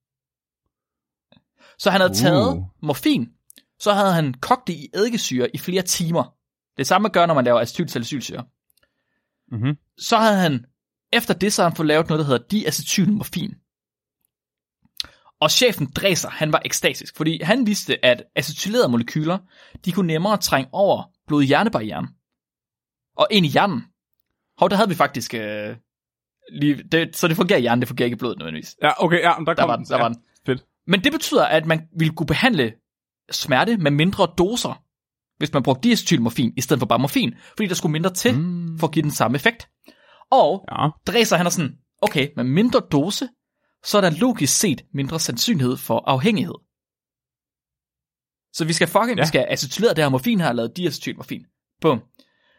Så han havde uh. taget morfin, så havde han kogt det i eddikesyre i flere timer. Det samme gør, når man laver acetylsalicylsyre. Mm-hmm. Så havde han, efter det, så havde han fået lavet noget, der hedder diacetylmorfin. Og chefen Dresser, han var ekstatisk, fordi han vidste, at acetylerede molekyler, de kunne nemmere trænge over blod-hjernebarrieren. Og ind i hjernen. Hov, der havde vi faktisk... Øh, lige, det, så det fungerer i hjernen, det fungerer ikke i blodet nødvendigvis. Ja, okay, ja, der, kom der var den. Der ja, var den. Fedt. Men det betyder, at man ville kunne behandle smerte med mindre doser, hvis man brugte diacetylmorfin, i stedet for bare morfin, fordi der skulle mindre til, mm. for at give den samme effekt. Og ja. Dresser, han er sådan, okay, med mindre dose, så er der logisk set mindre sandsynlighed for afhængighed. Så vi skal fucking, ja. vi skal acetylere det her morfin her, og lave diacetylmorfin. Bum.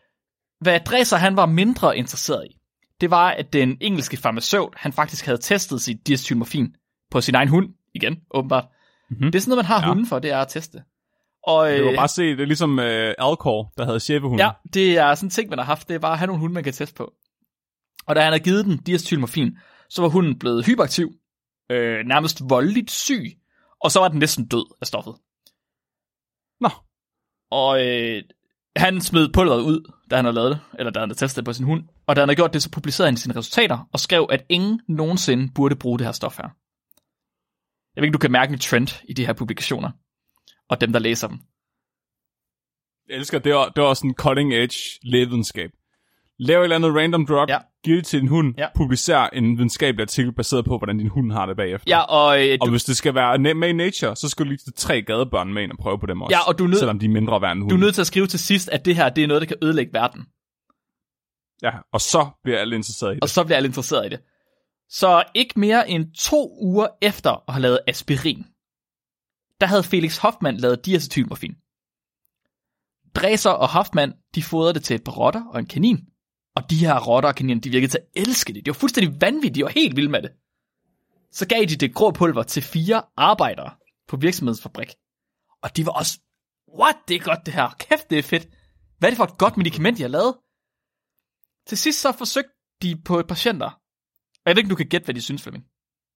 hvad Dresser han var mindre interesseret i, det var, at den engelske farmaceut, han faktisk havde testet sit diacetylmorfin på sin egen hund, igen, åbenbart. Mm-hmm. Det er sådan noget, man har ja. hunden for, det er at teste. Og, det var bare se, det er ligesom øh, Alcor, der havde cheferhunden. Ja, det er sådan en ting, man har haft, det er bare at have nogle hunde, man kan teste på. Og da han havde givet den diacetylmorfin, så var hunden blevet hyperaktiv, øh, nærmest voldeligt syg, og så var den næsten død af stoffet. Nå. Og øh, han smed pulveret ud, da han havde lavet det, eller da han havde testet det på sin hund, og da han havde gjort det, så publicerede han sine resultater, og skrev, at ingen nogensinde burde bruge det her stof her. Jeg ved ikke, du kan mærke en trend i de her publikationer, og dem, der læser dem. Jeg elsker, det var, det var sådan en cutting edge lægevidenskab. Lav et eller andet random drug, ja. Giv det til din hund, ja. Publicer en videnskabelig artikel baseret på, hvordan din hund har det bagefter. Ja, og, øh, og du... hvis det skal være med i Nature, så skal du lige til tre gadebørn med ind og prøve på dem også, ja, og du nød... selvom de er mindre værd end hunden. Du er nødt til at skrive til sidst, at det her det er noget, der kan ødelægge verden. Ja, og så bliver alle interesseret i det. Og så bliver alle interesseret i det. Så ikke mere end to uger efter at have lavet aspirin, der havde Felix Hoffmann lavet diacetylmorfin. Dresser og Hoffmann, de fodrede det til et par rotter og en kanin. Og de her rotter og kaniner, de virkede til at elske det. De var fuldstændig vanvittige, de var helt vilde med det. Så gav de det grå pulver til fire arbejdere på virksomhedsfabrik. Og de var også, what, det er godt det her. Kæft, det er fedt. Hvad er det for et godt medicament, de har lavet? Til sidst så forsøgte de på et patienter. Og jeg ved ikke, du kan gætte, hvad de synes, Flemming.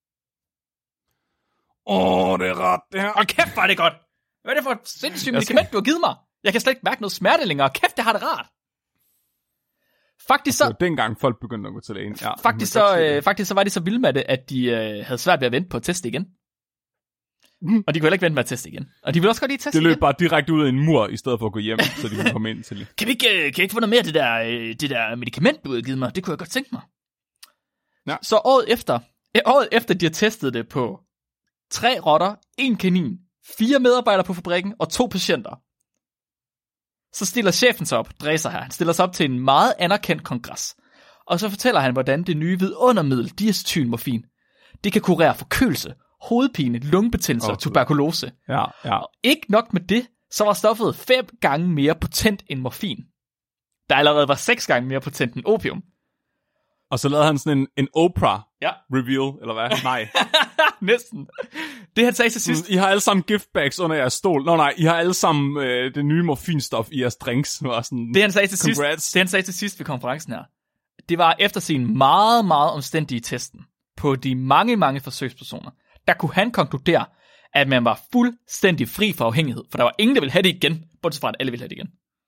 Åh, oh, det er ret, det her. Og kæft, var det godt. Hvad er det for et sindssygt medicament, skal... du har givet mig? Jeg kan slet ikke mærke noget smerte længere. Kæft, det har det rart. Faktisk så... Det var dengang folk begyndte at gå til lægen. Ja, faktisk, så, øh, faktisk så var de så vilde med det, at de øh, havde svært ved at vente på at teste igen. Mm. Og de kunne heller ikke vente med at teste igen. Og de ville også godt lige teste igen. Det løb igen. Bare direkte ud af en mur, i stedet for at gå hjem, så de kunne komme ind til. Kan vi ikke, kan vi ikke få noget mere af det der, det der medicament, du har givet mig? Det kunne jeg godt tænke mig. Ja. Så året efter, året efter, de har testet det på tre rotter, en kanin, fire medarbejdere på fabrikken og to patienter, så stiller chefen sig op, Dresser her. Han stiller sig op til en meget anerkendt kongres. Og så fortæller han, hvordan det nye vidundermiddel, diacetylmorfin, det kan kurere forkølelse, hovedpine, lungebetændelse og oh, tuberkulose. Ja, ja. Og ikke nok med det, så var stoffet fem gange mere potent end morfin. Der allerede var seks gange mere potent end opium. Og så lavede han sådan en, en Oprah-reveal, ja. eller hvad? Nej. Næsten. Det han sagde til sidst. I har alle sammen giftbags under jeres stol. Nå nej, I har alle sammen øh, det nye morfinstof i jeres drinks. Var sådan, det han sagde til sidst, det han sagde til sidst ved konferencen her, det var efter sin meget, meget omstændige testen på de mange, mange forsøgspersoner, der kunne han konkludere, at man var fuldstændig fri for afhængighed, for der var ingen, der ville have det igen, bortset fra at alle ville have det igen.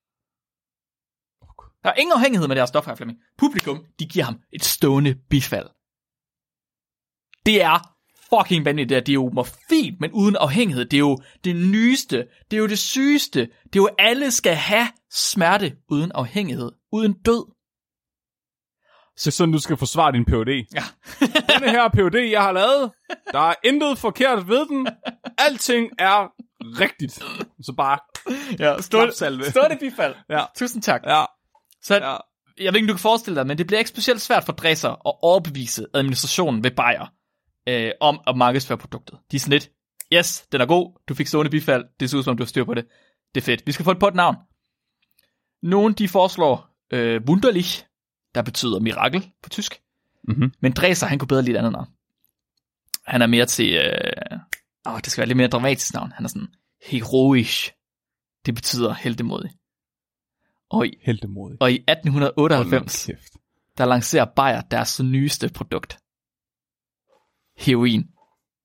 Der er ingen afhængighed med deres stof her, Flemming. Publikum, de giver ham et stående bifald. Det er fucking vanvittigt, det er jo morfin, men uden afhængighed. Det er jo det nyeste, det er jo det sygeste. Det er jo, alle skal have smerte uden afhængighed, uden død. Så sådan, du skal forsvare din P H D. Ja. Denne her P H D, jeg har lavet, der er intet forkert ved den. Alting er rigtigt. Så bare ja, stående bifald. Ja. Tusind tak. Ja. Så ja. Jeg ved ikke, du kan forestille dig, men det bliver ikke specielt svært for Dresser at overbevise administrationen ved Bayer øh, om at markedsføre produktet. De er sådan lidt, yes, den er god, du fik stående bifald, det ser ud som, du har styr på det. Det er fedt. Vi skal få et på et navn. Nogle, de foreslår øh, Wunderlich, der betyder mirakel på tysk. Mm-hmm. Men Dresser, han kunne bedre lide et andet navn. Han er mere til, øh, åh, det skal være lidt mere dramatisk navn. Han er sådan, heroisch. Det betyder heltemodig. Og i, heltemodig. Og i atten otteoghalvfems, der lancerer Bayer deres nyeste produkt. Heroin.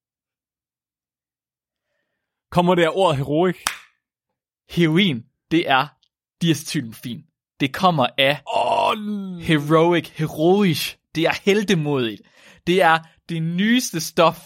Kommer det af ordet heroic? Heroin, det er diacetylmorfin. Det kommer af oh. heroic, heroisch. Det er heltemodigt. Det er det nyeste stof.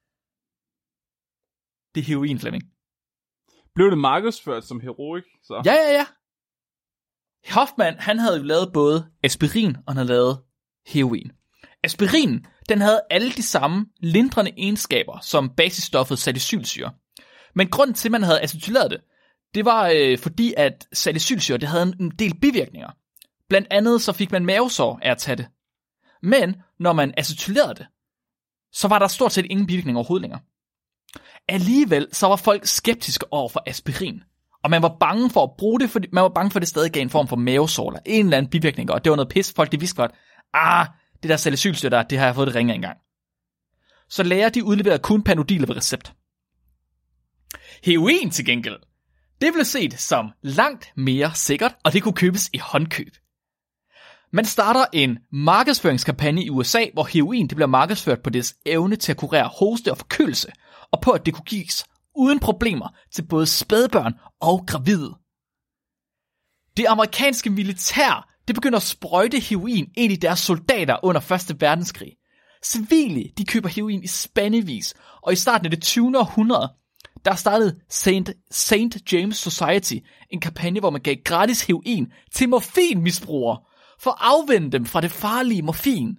Det er heroin, Flemming. Blev det markedsført som heroic? Så? Ja, ja, ja. Hoffmann, han havde jo lavet både aspirin, og han havde lavet heroin. Aspirin, den havde alle de samme lindrende egenskaber, som basisstoffet salicylsyre. Men grunden til, at man havde acetyleret det, det var øh, fordi, at salicylsyre, det havde en del bivirkninger. Blandt andet så fik man mavesår af at tage det. Men når man acetylerede det, så var der stort set ingen bivirkninger overhovedet længere. Alligevel så var folk skeptiske over for aspirin. Og man var bange for at bruge det, fordi man var bange for, at det stadig gav en form for mavesår, en eller anden bivirkning, og det var noget pis. Folk, de vidste godt, ah, det der salicylsyre der, det har jeg fået det ringer engang. Så læger, de udleverede kun Panodil ved recept. Heroin til gengæld, det blev set som langt mere sikkert, og det kunne købes i håndkøb. Man starter en markedsføringskampagne i U S A, hvor heroin det bliver markedsført på dets evne til at kurere hoste og forkølelse, og på at det kunne gives uden problemer til både spædbørn og gravide. Det amerikanske militær, det begynder at sprøjte heroin ind i deres soldater under første verdenskrig. Civile, de køber heroin i spandevis, og i starten af det tyvende århundrede, der startede Saint Saint James Society en kampagne, hvor man gav gratis heroin til morfinmisbrugere, for at afvende dem fra det farlige morfin.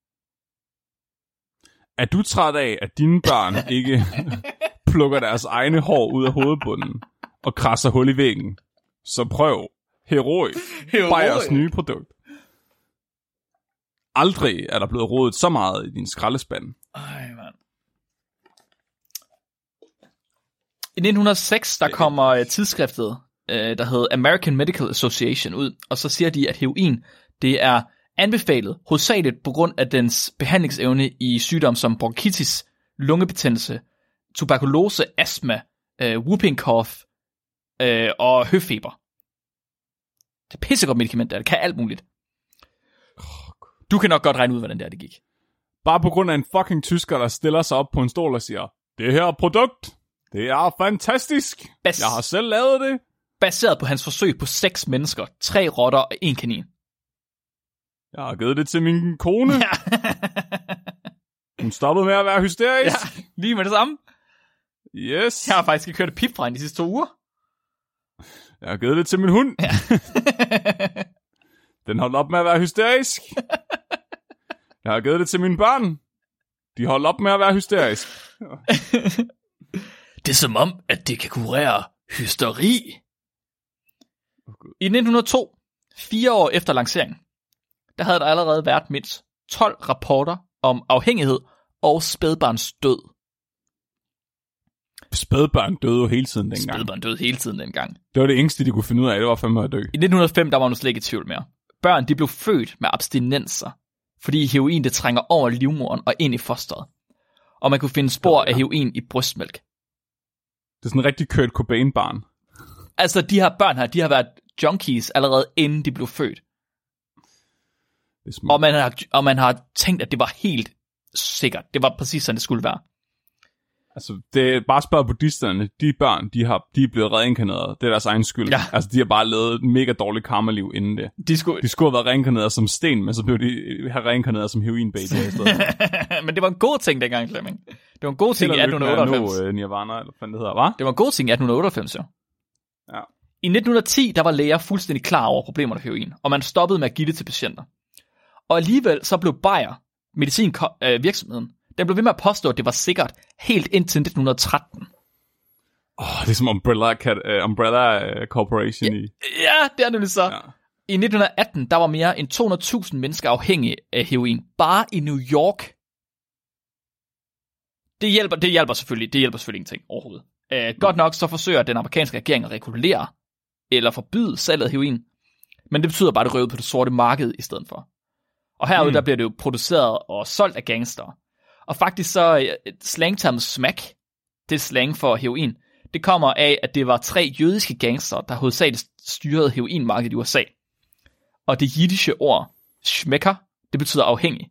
Er du træt af, at dine børn ikke plukker deres egne hår ud af hovedbunden og krasser hul i væggen? Så prøv Heroi, Bayers nye produkt. Aldrig er der blevet rodet så meget i din skraldespand. Ej, mand. I nitten hundrede og seks, der kommer tidsskriftet, der hedder American Medical Association ud, og så siger de, at heroin, det er anbefalet hovedsageligt på grund af dens behandlingsevne i sygdomme som bronkitis, lungebetændelse, tuberkulose, astma, øh, whooping cough øh, og høfeber. Det er pissegodt medicament, der det kan alt muligt. Du kan nok godt regne ud, hvordan det er, det gik. Bare på grund af en fucking tysker, der stiller sig op på en stol og siger, det her produkt, det er fantastisk. Bas- Jeg har selv lavet det. Baseret på hans forsøg på seks mennesker, tre rotter og en kanin. Jeg har givet det til min kone. Ja. Hun stoppede med at være hysterisk. Ja, lige med det samme. Yes. Jeg har faktisk ikke kørt et pip fra hende de sidste to uger. Jeg har givet det til min hund. Ja. Den holdt op med at være hysterisk. Jeg har givet det til mine børn. De holdt op med at være hysterisk. Det er som om, at det kan kurere hysteri. I nitten hundrede og to, fire år efter lanceringen, der havde der allerede været mindst tolv rapporter om afhængighed og spædbarns død. Spædbørn døde jo hele tiden dengang. Spædbørn døde hele tiden dengang. Det var det eneste, de kunne finde ud af, det var fandme at dø. I nitten hundrede og fem, der var man slet ikke i tvivl mere. Børn, de blev født med abstinenser, fordi heroin, det trænger over livmoderen og ind i fosteret. Og man kunne finde spor af heroin i brystmælk. Det er sådan en rigtig Kurt Cobain-barn. Altså, de her børn her, de har været junkies allerede inden de blev født. Og man, har, og man har tænkt, at det var helt sikkert. Det var præcis sådan, det skulle være. Altså, det er bare spørg buddhisterne. De børn, de, har, de er blevet reinkarneret. Det er deres egen skyld. Ja. Altså, de har bare levet et mega dårligt karma-liv inden det. De skulle, de skulle have været reinkarneret som sten, men så blev de have reinkarneret som heroin-baby i stedet. Men det var en god ting dengang, Flemming. Det var en god ting i atten otteoghalvfems. Nu, uh, Nirvana, eller hvad det hedder, hva'? Det var en god ting i atten otteoghalvfems, jo. Ja. I nitten ti, der var læger fuldstændig klar over problemerne med heroin, og man stoppede med at give det til patienter. Og alligevel så blev Bayer, medicinvirksomheden, den blev ved med at påstå, at det var sikkert helt indtil nitten tretten. Åh, oh, det er som Umbrella, uh, Umbrella uh, Corporation ja, i... Ja, det er nemlig så. Ja. I nitten atten, der var mere end to hundrede tusind mennesker afhængige af heroin, bare i New York. Det hjælper, det hjælper selvfølgelig, det hjælper selvfølgelig ingenting overhovedet. Uh, godt nok så forsøger den amerikanske regering at regulere eller forbyde salget af heroin, men det betyder bare, at det røver på det sorte marked i stedet for. Og herude, mm. der bliver det jo produceret og solgt af gangster. Og faktisk så slangtermet smack, det er slang for heroin, det kommer af, at det var tre jødiske gangster, der hovedsageligt styrede heroinmarkedet i U S A. Og det jiddische ord, schmecker, det betyder afhængig.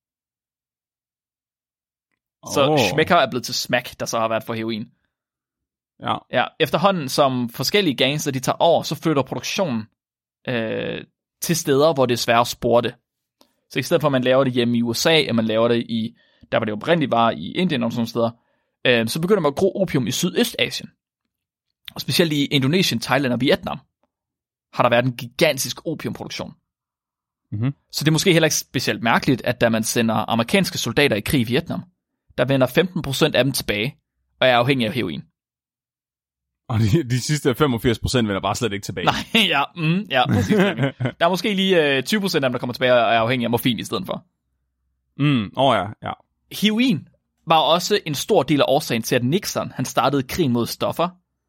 Så oh. schmecker er blevet til smack, der så har været for heroin. Ja. Ja, efterhånden som forskellige gangster, de tager over, så flytter produktionen øh, til steder, hvor det er svært at spore det. Så i stedet for, at man laver det hjemme i U S A, at man laver det i, der var det oprindeligt var i Indien og sådan steder, øh, så begynder man at gro opium i Sydøstasien. Og specielt i Indonesien, Thailand og Vietnam, har der været en gigantisk opiumproduktion. Mm-hmm. Så det er måske heller ikke specielt mærkeligt, at da man sender amerikanske soldater i krig i Vietnam, der vender femten procent af dem tilbage, og er afhængige af heroin. Og de, de sidste femogfirs procent vender bare slet ikke tilbage. Nej, ja, mm, ja præcis. Der er måske lige øh, tyve procent af dem, der kommer tilbage og er afhængige af morfin i stedet for. Mm, åh oh ja, ja. Heroin var også en stor del af årsagen til, at Nixon han startede krigen mod stoffer,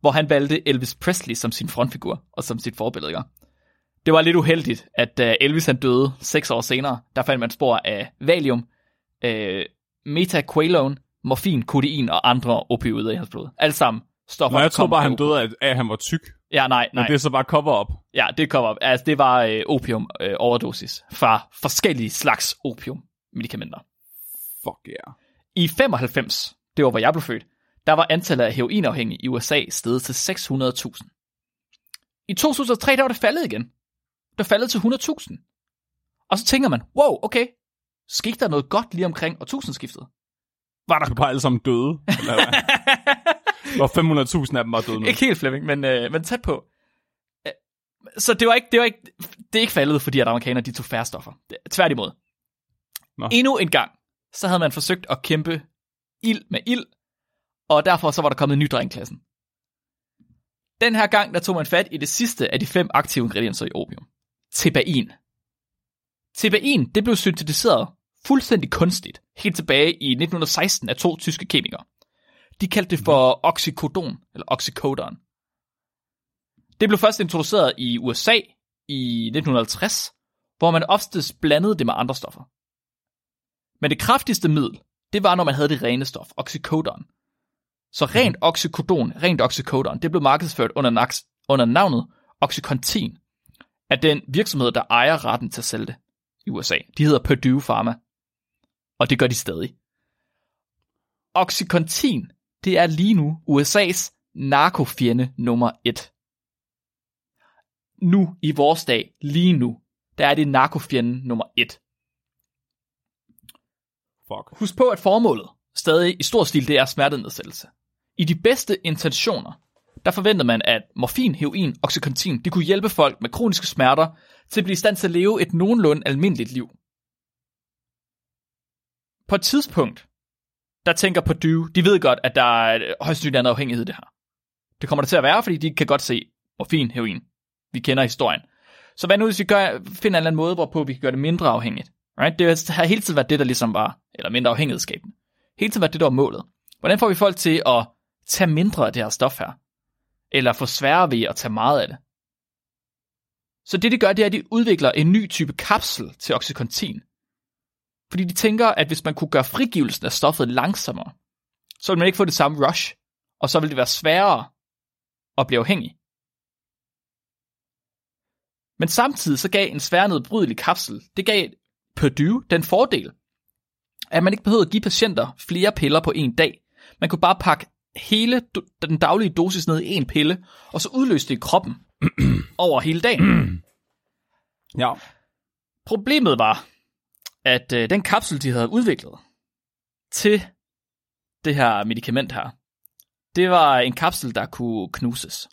hvor han valgte Elvis Presley som sin frontfigur og som sit forbillede. Det var lidt uheldigt, at da Elvis han døde seks år senere, der fandt man spor af valium, øh, metaqualone, morfin, kodein og andre opioider i hans blod. Alt sammen stoffer. Nå, jeg tror bare, han døde af, at han var tyk. Ja, nej, nej. Men det er så bare cover-up. Ja, det er cover-up. Altså, det var øh, opium-overdosis øh, fra forskellige slags opium-medicamenter. Fuck yeah. I femoghalvfems, det var hvor jeg blev født, der var antallet af heroinafhængige i U S A steget til seks hundrede tusind. I to tusind og tre, der var det faldet igen. Det var faldet til hundrede tusind. Og så tænker man, wow, okay, skete der noget godt lige omkring årtusindskiftet? Var der... Du bare alle sammen døde? Eller hvad? Hvor fem hundrede tusind af dem var døde nu. Ikke helt, Flemming, men, øh, men tæt på. Så det var ikke, det var ikke, det er ikke faldet, fordi at amerikanere, de tog færre stoffer. Tværtimod. Nå. Endnu en gang, så havde man forsøgt at kæmpe ild med ild, og derfor så var der kommet en ny dreng i klassen. Den her gang, der tog man fat i det sidste af de fem aktive ingredienser i opium. Tebain. Tebain, det blev syntetiseret fuldstændig kunstigt, helt tilbage i nitten seksten af to tyske kemikere. De kaldte det for oxycodon, eller oxycodon. Det blev først introduceret i U S A i nitten halvtreds, hvor man oftest blandede det med andre stoffer. Men det kraftigste middel, det var, når man havde det rene stof, oxycodon. Så rent oxycodon, rent oxycodon, det blev markedsført under, under navnet Oxycontin af den virksomhed, der ejer retten til at sælge det i U S A. De hedder Purdue Pharma, og det gør de stadig. Oxycontin, det er lige nu U S A's narkofjende nummer et. Nu, i vores dag, lige nu, der er det narkofjende nummer et. Fuck. Husk på, at formålet stadig i stor stil, det er smertenedsættelse. I de bedste intentioner, der forventede man, at morfin, heroin, oxycontin, de kunne hjælpe folk med kroniske smerter til at blive i stand til at leve et nogenlunde almindeligt liv. På et tidspunkt, der tænker Purdue, de ved godt, at der er højst sandsynligt en afhængighed i det her. Det kommer der til at være, fordi de kan godt se morfin, heroin. Vi kender historien. Så hvad nu, hvis vi gør, finder en eller anden måde, hvorpå vi kan gøre det mindre afhængigt? Right? Det har hele tiden været det, der ligesom var, eller mindre afhængighedsskabende. Hele tiden været det, der var målet. Hvordan får vi folk til at tage mindre af det her stof her? Eller få sværere ved at tage meget af det? Så det, de gør, det er, at de udvikler en ny type kapsel til oxycontin. Fordi de tænker, at hvis man kunne gøre frigivelsen af stoffet langsommere, så ville man ikke få det samme rush, og så ville det være sværere at blive afhængig. Men samtidig så gav en sværnedbrydelig kapsel, det gav Purdue den fordel, at man ikke behøvede at give patienter flere piller på en dag. Man kunne bare pakke hele den daglige dosis ned i en pille, og så udløste det i kroppen over hele dagen. Ja. Problemet var, at øh, den kapsel, de havde udviklet til det her medicament her, det var en kapsel, der kunne knuses.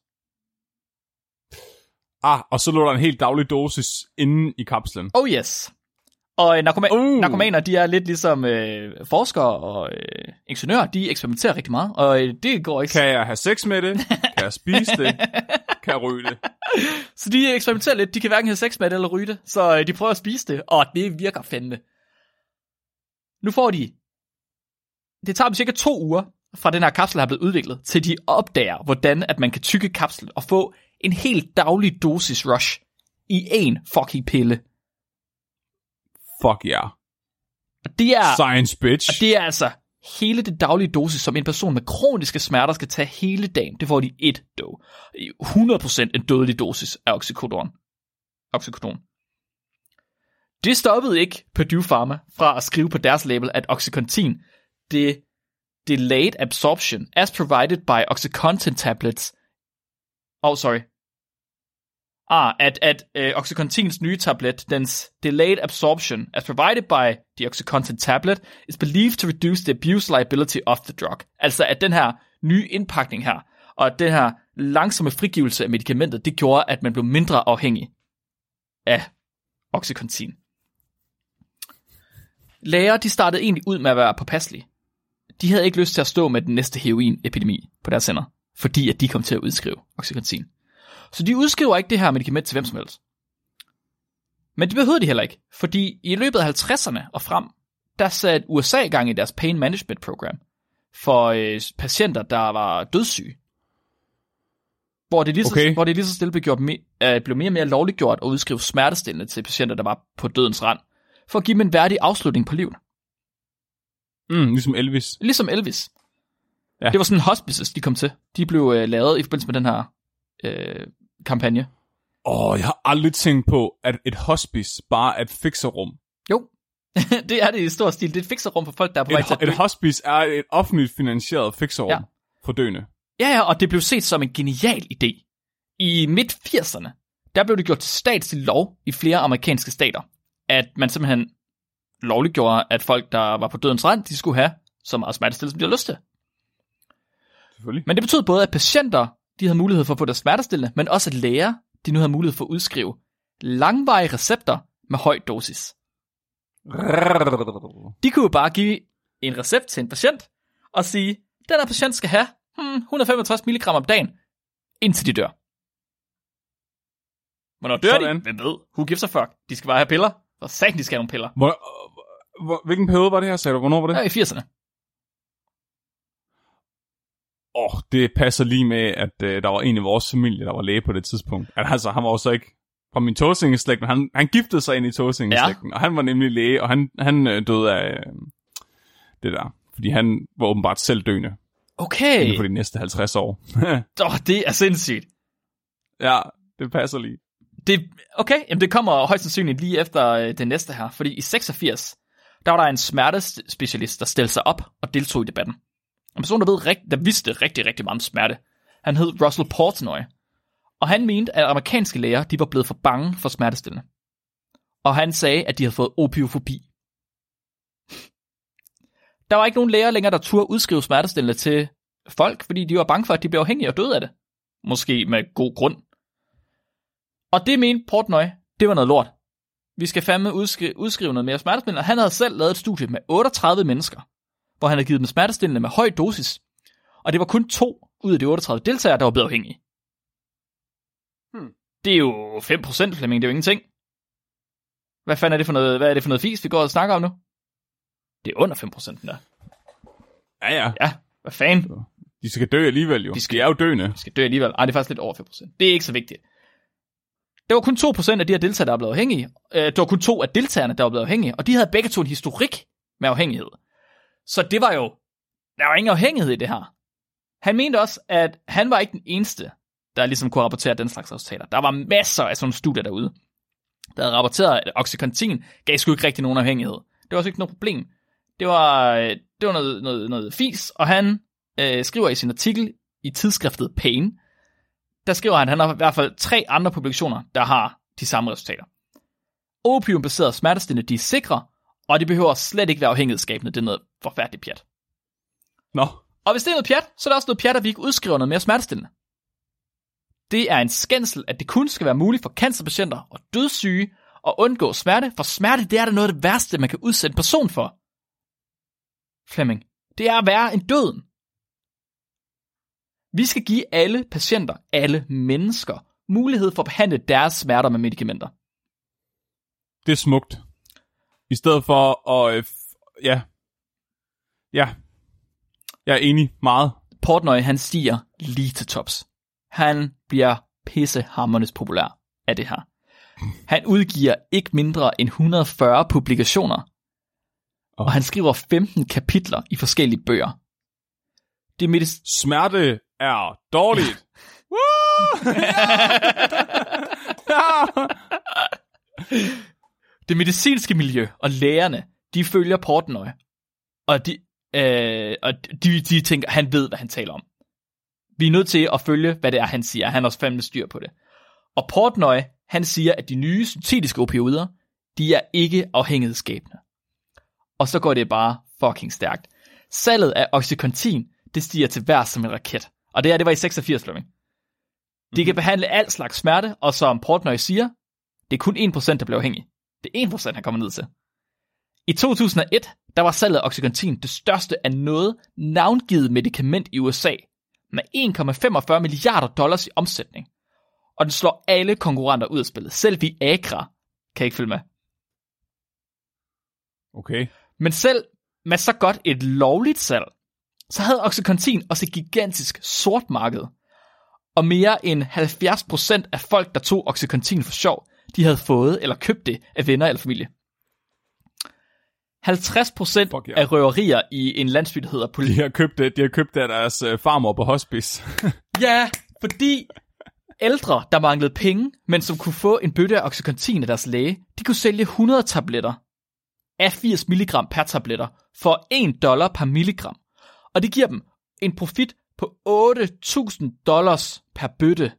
Ah, og så lå der en helt daglig dosis inde i kapslen. Oh yes. Og narkoma- uh. narkomaner, de er lidt ligesom øh, forskere og øh, ingeniører, de eksperimenterer rigtig meget, og øh, det går ikke. Kan jeg have sex med det? Kan jeg spise det? Kan jeg ryge det? Så de eksperimenterer lidt, de kan hverken have sex med det eller ryge det, så øh, de prøver at spise det, og det virker fændende. Nu får de, det tager dem cirka to uger, fra den her kapsel har blevet udviklet, til de opdager, hvordan at man kan tygge kapslen og få en helt daglig dosis rush i en fucking pille. Fuck ja. Yeah. Og det er, Science, bitch. Og det er altså hele det daglige dosis, som en person med kroniske smerter skal tage hele dagen. Det får de et dog. hundrede procent en dødelig dosis af oxycodon. Oxycodon. Det stoppede ikke Purdue Pharma fra at skrive på deres label, at oxycontin, det delayed absorption as provided by OxyContin tablets. Oh, sorry. Ah, at, at uh, OxyContins nye tablet, dens delayed absorption as provided by the OxyContin tablet, is believed to reduce the abuse liability of the drug. Altså at den her nye indpakning her, og at den her langsomme frigivelse af medicamentet, det gjorde, at man blev mindre afhængig af OxyContin. Læger, de startede egentlig ud med at være påpasselige. De havde ikke lyst til at stå med den næste heroinepidemi på deres hænder, fordi at de kom til at udskrive OxyContin. Så de udskriver ikke det her medicament til hvem som helst. Men det behøvede de heller ikke, fordi i løbet af halvtredserne og frem, der satte U S A i gang i deres pain management program for øh, patienter, der var dødssyge. hvor det lige så, Okay. hvor det lige så stille blev, gjort me- øh, blev mere og mere lovligt gjort at udskrive smertestillende til patienter, der var på dødens rand, for at give dem en værdig afslutning på livet. Mm, ligesom Elvis. Ligesom Elvis. Ja. Det var sådan hospices, de kom til. De blev øh, lavet i forbindelse med den her øh, kampagne. Åh, oh, jeg har aldrig tænkt på, at et hospice bare er et fikserum. Jo, det er det i stor stil. Det er et fikserum for folk, der er på vej til at Et, dø. et hospice er et offentligt finansieret fikserum Ja. for døende. Ja, ja, og det blev set som en genial idé. I midt firserne, der blev det gjort til statslig lov i flere amerikanske stater, at man simpelthen lovliggjorde, at folk, der var på dødens rand, de skulle have så meget smertestillende, som de havde lyst til. Selvfølgelig. Men det betød både, at patienter, de havde mulighed for at få deres smertestillende, men også at læger, de nu havde mulighed for at udskrive langvarige recepter med høj dosis. De kunne jo bare give en recept til en patient, og sige, den her patient skal have hmm, et hundrede og femogtres milligram om dagen, indtil de dør. Hvornår dør Sådan. de? Hvem ved? Who gives a fuck? De skal bare have piller. For satan, de skal have nogle piller. Hvor, hvor, hvilken periode var det her, sagde du? Hvornår var det? Ja, i firserne. Åh, oh, det passer lige med, at øh, der var en i vores familie, der var læge på det tidspunkt. Altså, han var også ikke fra min Tåsinge-slægt, men han, han giftede sig ind i Tåsinge-slægten, ja. Og han var nemlig læge, og han, han øh, døde af øh, det der, fordi han var åbenbart selv døende. Okay. Inden for de næste halvtreds år. Åh, oh, det er sindssygt. Ja, det passer lige. Det, okay, jamen det kommer højst sandsynligt lige efter øh, det næste her, fordi i seksogfirs, der var der en smertespecialist, der stillede sig op og deltog i debatten. En person, der, ved, rigt, der vidste rigtig, rigtig meget om smerte. Han hed Russell Portnoy, og han mente, at amerikanske læger, de var blevet for bange for smertestillende. Og han sagde, at de havde fået opiofobi. Der var ikke nogen læger længere, der turde udskrive smertestillende til folk, fordi de var bange for, at de blev afhængige og døde af det. Måske med god grund. Og det mente Portnoy, det var noget lort. Vi skal fandme udskrive, udskrive noget mere smertestillende. Han havde selv lavet et studie med otteogtredive mennesker, hvor han havde givet dem smertestillende med høj dosis. Og det var kun to ud af de otteogtredive deltagere, der var blevet afhængige. Hmm. Det er jo fem procent, Flemming, det er jo ingenting. Hvad fanden er det for noget, hvad er det for noget fis, vi går og snakker om nu? Det er under fem procent der. Ja, ja. Ja, hvad fanden? De skal dø alligevel jo. De, skal, de er jo døende. De skal dø alligevel. Ej, det er faktisk lidt over fem procent. Det er ikke så vigtigt. Det var kun to procent af de her deltagere, der var blevet afhængige. Det var kun to af deltagerne, der var blevet afhængige. Og de havde begge to en historik med afhængighed. Så det var jo... Der var ingen afhængighed i det her. Han mente også, at han var ikke den eneste, der ligesom kunne rapportere den slags resultater. Der var masser af sådan studier derude, der havde rapporteret, at Oxycontin gav sgu ikke rigtig nogen afhængighed. Det var også ikke noget problem. Det var, det var noget, noget, noget fis, og han øh, skriver i sin artikel i tidsskriftet Pain, der skriver han, at han har i hvert fald tre andre publikationer, der har de samme resultater. Opiumbaserede smertestillende, de er sikre, og de behøver slet ikke være afhængighedsskabende. Det er noget forfærdeligt pjat. Nå. Og hvis det er noget pjat, så er der også noget pjat, at vi ikke udskriver noget mere smertestillende. Det er en skændsel, at det kun skal være muligt for cancerpatienter og dødssyge at undgå smerte, for smerte, det er da noget af det værste, man kan udsætte en person for. Flemming, det er værre end døden. Vi skal give alle patienter, alle mennesker, mulighed for at behandle deres smerter med medicamenter. Det er smukt. I stedet for at... Øh, f- ja. Ja. Jeg er enig meget. Portnoy, han stiger lige til tops. Han bliver pissehammernes populær af det her. Han udgiver ikke mindre end et hundrede og fyrre publikationer, oh. og han skriver femten kapitler i forskellige bøger. Det medic- Smerte er dårligt. Det medicinske miljø og lægerne, de følger Portnoy, og de, øh, og de, de tænker, han ved, hvad han taler om. Vi er nødt til at følge, hvad det er, han siger. Han har også fandme styr på det. Og Portnoy, han siger, at de nye syntetiske opioider, de er ikke afhængighedsskabende. Og så går det bare fucking stærkt. Salget af Oxycontin, det stiger til værs som en raket. Og det her, det var i seksogfirs, Flemming. De mm-hmm. kan behandle al slags smerte, og som Portnoy siger, det er kun en procent, der bliver afhængig. Det er en procent, han kommer ned til. I to tusind og et, der var salget af Oxycontin det største af noget navngivet medicament i U S A, med en komma femogfyrre milliarder dollars i omsætning. Og den slår alle konkurrenter ud af spillet. Selv Viagra kan ikke følge med. Okay. Men selv med så godt et lovligt salg, så havde Oxycontin også et gigantisk sort marked. Og mere end halvfjerds procent af folk, der tog Oxycontin for sjov, de havde fået eller købt det af venner eller familie. halvtreds procent Fuck, ja. af røverier i en landsby, der hedder Pol- De har købt det, de har købt det af deres øh, farmor på hospice. Ja, fordi ældre, der manglede penge, men som kunne få en bøtte af Oxycontin af deres læge, de kunne sælge hundrede tabletter af firs milligram per tabletter for en dollar per milligram. Og det giver dem en profit på otte tusind dollars per bøtte.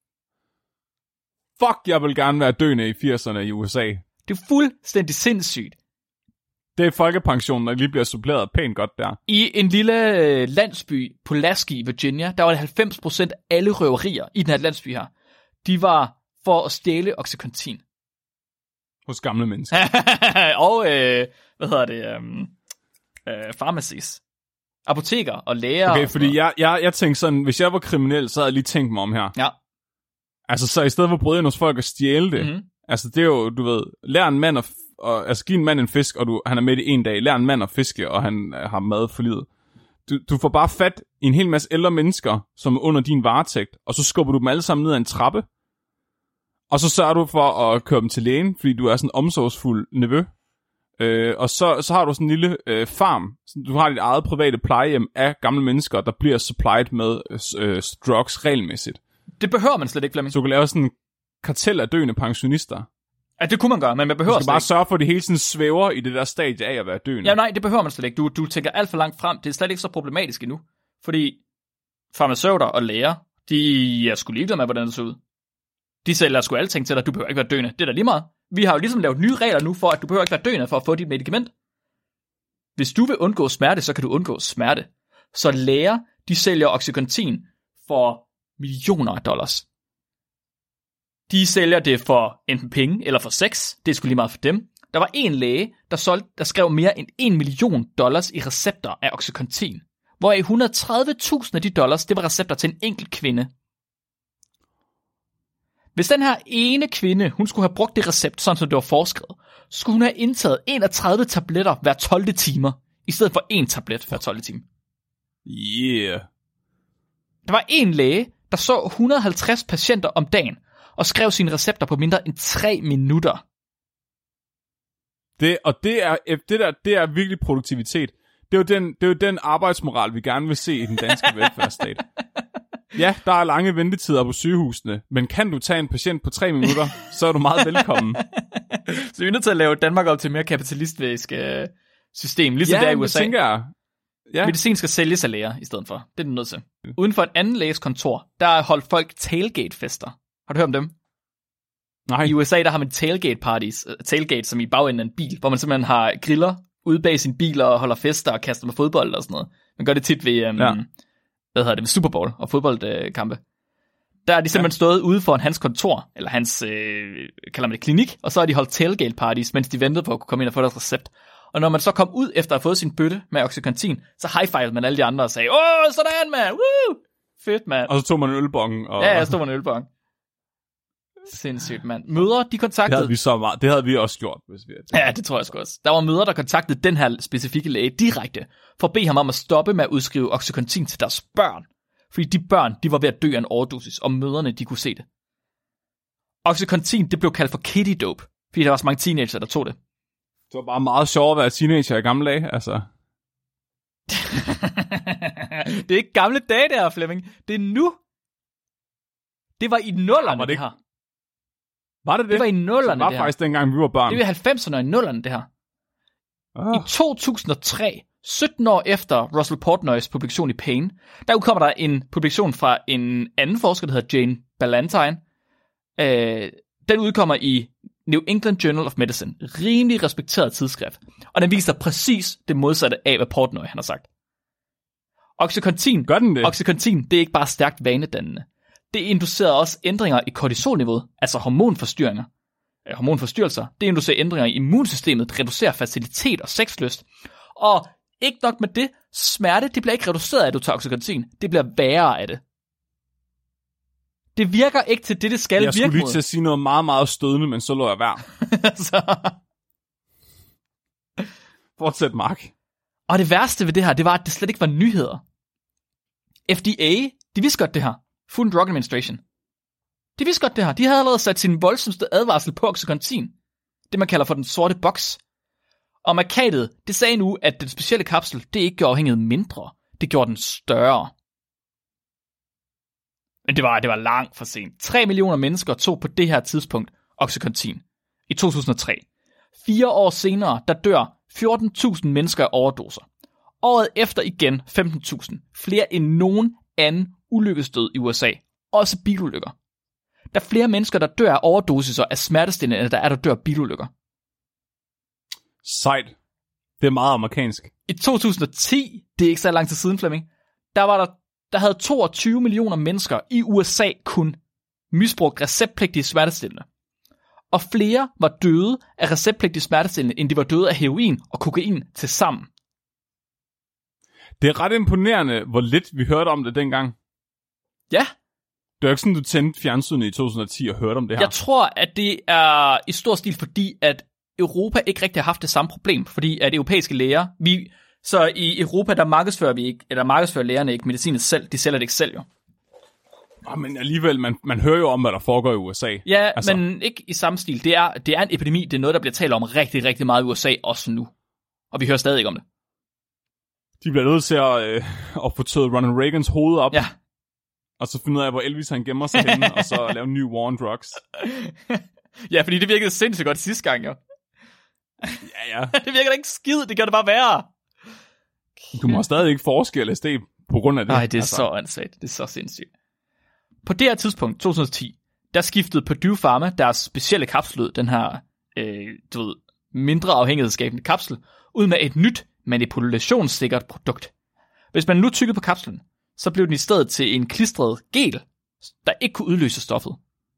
Fuck, jeg vil gerne være døende i firserne i U S A. Det er fuldstændig sindssygt. Det er folkepensionen, der lige bliver suppleret pænt godt der. I en lille landsby, Pulaski i Virginia, der var det halvfems procent af alle røverier i den her landsby her. De var for at stjæle Oxycontin. Hos gamle mennesker. og, øh, hvad hedder det, um, øh, pharmacies. Apoteker og læger. Okay, og fordi jeg, jeg, jeg tænkte sådan, hvis jeg var kriminel, så havde jeg lige tænkt mig om her. Ja. Altså, så i stedet for at bryde ind hos folk og stjæle det, mm-hmm. altså det er jo, du ved, lær en mand at, og, altså giv en mand en fisk, og du, han er med i en dag, lær en mand at fiske, og han øh, har mad for livet. Du, du får bare fat i en hel masse ældre mennesker, som er under din varetægt, og så skubber du dem alle sammen ned ad en trappe, og så sørger du for at køre dem til lægen, fordi du er sådan en omsorgsfuld nevø. Øh, og så, så har du sådan en lille øh, farm. Du har dit eget private plejehjem af gamle mennesker, der bliver supplied med øh, drugs regelmæssigt. Det behøver man slet ikke, Flemming. Så du kan lave sådan en kartel af døende pensionister. Ja, det kunne man gøre, men man behøver du skal bare sørge for, at det hele sådan svæver i det der stadie af at være døende. Ja, nej, det behøver man slet ikke. Du, du tænker alt for langt frem. Det er slet ikke så problematisk endnu. Fordi farmaceuter og læger, de er sgu ligeglade med, hvordan det ser ud. De sælger sgu alting til dig. Du behøver ikke være døende. Det er da lige meget. Vi har jo ligesom lavet nye regler nu, for at du behøver ikke være døende for at få dit medicament. Hvis du vil undgå smerte, så kan du undgå smerte. Så læger, de sælger Oxycontin for millioner af dollars. De sælger det for enten penge eller for sex. Det er sgu lige meget for dem. Der var en læge, der, solgte, der skrev mere end en million dollars i recepter af Oxycontin. Hvoraf et hundrede og tredive tusind af de dollars, det var recepter til en enkelt kvinde. Hvis den her ene kvinde, hun skulle have brugt det recept, sådan som det var foreskrevet, så skulle hun have indtaget enogtredive tabletter hver tolv timer, i stedet for en tablet hver tolv timer. Yeah. Der var en læge, der så et hundrede og halvtreds patienter om dagen, og skrev sine recepter på mindre end tre minutter. Det, og det er, det, der, det er virkelig produktivitet. Det er, jo den, det er jo den arbejdsmoral, vi gerne vil se i den danske velfærdsstat. Ja, der er lange ventetider på sygehusene, men kan du tage en patient på tre minutter, så er du meget velkommen. Så vi er nødt til at lave Danmark op til et mere kapitalistisk øh, system, ligesom ja, det er i U S A. Ja, det tænker jeg. Ja. Medicin skal sælges af læger i stedet for. Det er du nødt til. Uden for et andet læges kontor, der holdt folk tailgate-fester. Har du hørt om dem? Nej. I U S A, der har man tailgate-parties. Uh, tailgate, som i bagenden af en bil, hvor man simpelthen har griller ude bag sin bil og holder fester og kaster med fodbold og sådan noget. Man gør det tit ved, um, ja. hvad hedder det, ved Super Bowl og fodboldkampe. Uh, der er de simpelthen ja. stået ude foran hans kontor, eller hans, øh, kalder man det, klinik, og så har de holdt tailgate-parties, mens de ventede på at kunne komme ind og få deres recept. Og når man så kom ud efter at have fået sin bøtte med Oxycontin, så high-fivede man alle de andre og sagde, åh, sådan, mand, woo! Fedt, mand. Og så tog man en ølbong. Og... Ja, ja, så tog man en ølbong. Sindssygt, mand. Mødre, de kontaktede... Det havde vi så meget. Det havde vi også gjort, hvis vi havde. Ja, det tror jeg sgu også. Der var mødre, der kontaktede den her specifikke læge direkte, for at bede ham om at stoppe med at udskrive Oxycontin til deres børn. Fordi de børn, de var ved at dø af en overdosis, og mødrene, de kunne se det. Oxycontin, det blev kaldt for kitty dope, fordi der var så mange teenager, der tog det. Det var bare meget sjovt at være teenager i gamle dage, altså. Det er ikke gamle dage, der, Flemming. Det er nu. Det var i nullerne, det, det her. Var det det? Det var i nullerne, det var det faktisk dengang, vi var børn. Det var i halvfemserne og i nullerne, det her. Oh. I to tusind og tre, sytten år efter Russell Portnoys publikation i Pain, der udkommer der en publikation fra en anden forsker, der hedder Jane Ballantyne. Øh, den udkommer i New England Journal of Medicine. Rimelig respekteret tidsskrift. Og den viser præcis det modsatte af, hvad Portnoy han har sagt. Oxycontin, Gør den det? Oxycontin, det er ikke bare stærkt vanedannende. Det inducerer også ændringer i kortisolniveauet, altså hormonforstyrringer. Eh, hormonforstyrrelser. Det inducerer ændringer i immunsystemet, reducerer facilitet og sexlyst. Og ikke nok med det, smerte, det bliver ikke reduceret af, at du tager Oxycontin. Det bliver værre af det. Det virker ikke til det, det skal virke mod. Jeg skulle lige til at sige noget meget, meget stødende, men så lå jeg være. så... Fortsæt, Mark. Og det værste ved det her, det var, at det slet ikke var nyheder. F D A, de vidste godt det her. Food and Drug Administration. De vidste godt det her. De havde allerede sat sin voldsomste advarsel på Oxycontin. Det man kalder for den sorte boks. Og markedet, det sagde nu, at den specielle kapsel, det ikke gjorde afhængigheden mindre. Det gjorde den større. Men det var, det var langt for sent. tre millioner mennesker tog på det her tidspunkt Oxycontin i to tusind og tre. Fire år senere, der dør fjorten tusind mennesker af overdoser. Året efter igen femten tusind. Flere end nogen anden ulykkesdød i U S A. Også bilulykker. Der er flere mennesker, der dør af overdosiser af smertestillende, end der er, der dør af bilulykker. Sejt. Det er meget amerikansk. I to tusind og ti, det er ikke så lang tid siden, Flemming, der var der, der havde toogtyve millioner mennesker i U S A kun misbrugt receptpligtige smertestillende. Og flere var døde af receptpligtige smertestillende, end de var døde af heroin og kokain til sammen. Det er ret imponerende, hvor lidt vi hørte om det dengang. Ja. Det er jo ikke sådan, du tændte fjernsynet i to tusind og ti og hørte om det her. Jeg tror, at det er i stor stil, fordi at Europa ikke rigtig har haft det samme problem, fordi at europæiske læger, vi, så i Europa, der markedsfører vi ikke, eller markedsfører lægerne ikke medicinet selv, de sælger det ikke selv jo. Ja, men alligevel, man, man hører jo om, hvad der foregår i U S A. Ja, altså. Men ikke i samme stil. Det er, det er en epidemi, det er noget, der bliver talt om rigtig, rigtig meget i U S A, også nu. Og vi hører stadig ikke om det. De bliver nødt til at, øh, at få tøjet Ronald Reagans hoved op, ja. Og så finde ud af, hvor Elvis han gemmer sig henne, og så lave en ny war on drugs. Ja, fordi det virkede sindssygt godt sidste gang, jo. Ja, ja. Det virker da ikke skid, det gør det bare værre. Du må stadig ikke forske eller L S D på grund af det. Nej, det er altså. så ansat. Det er så sindssygt. På det her tidspunkt, to tusind og ti, der skiftede Purdue Pharma deres specielle kapsel, den her øh, du ved, mindre afhængighedsskabende kapsel, ud med et nyt manipulationssikkert produkt. Hvis man nu tykkede på kapslen, så blev den i stedet til en klistret gel, der ikke kunne udløse stoffet.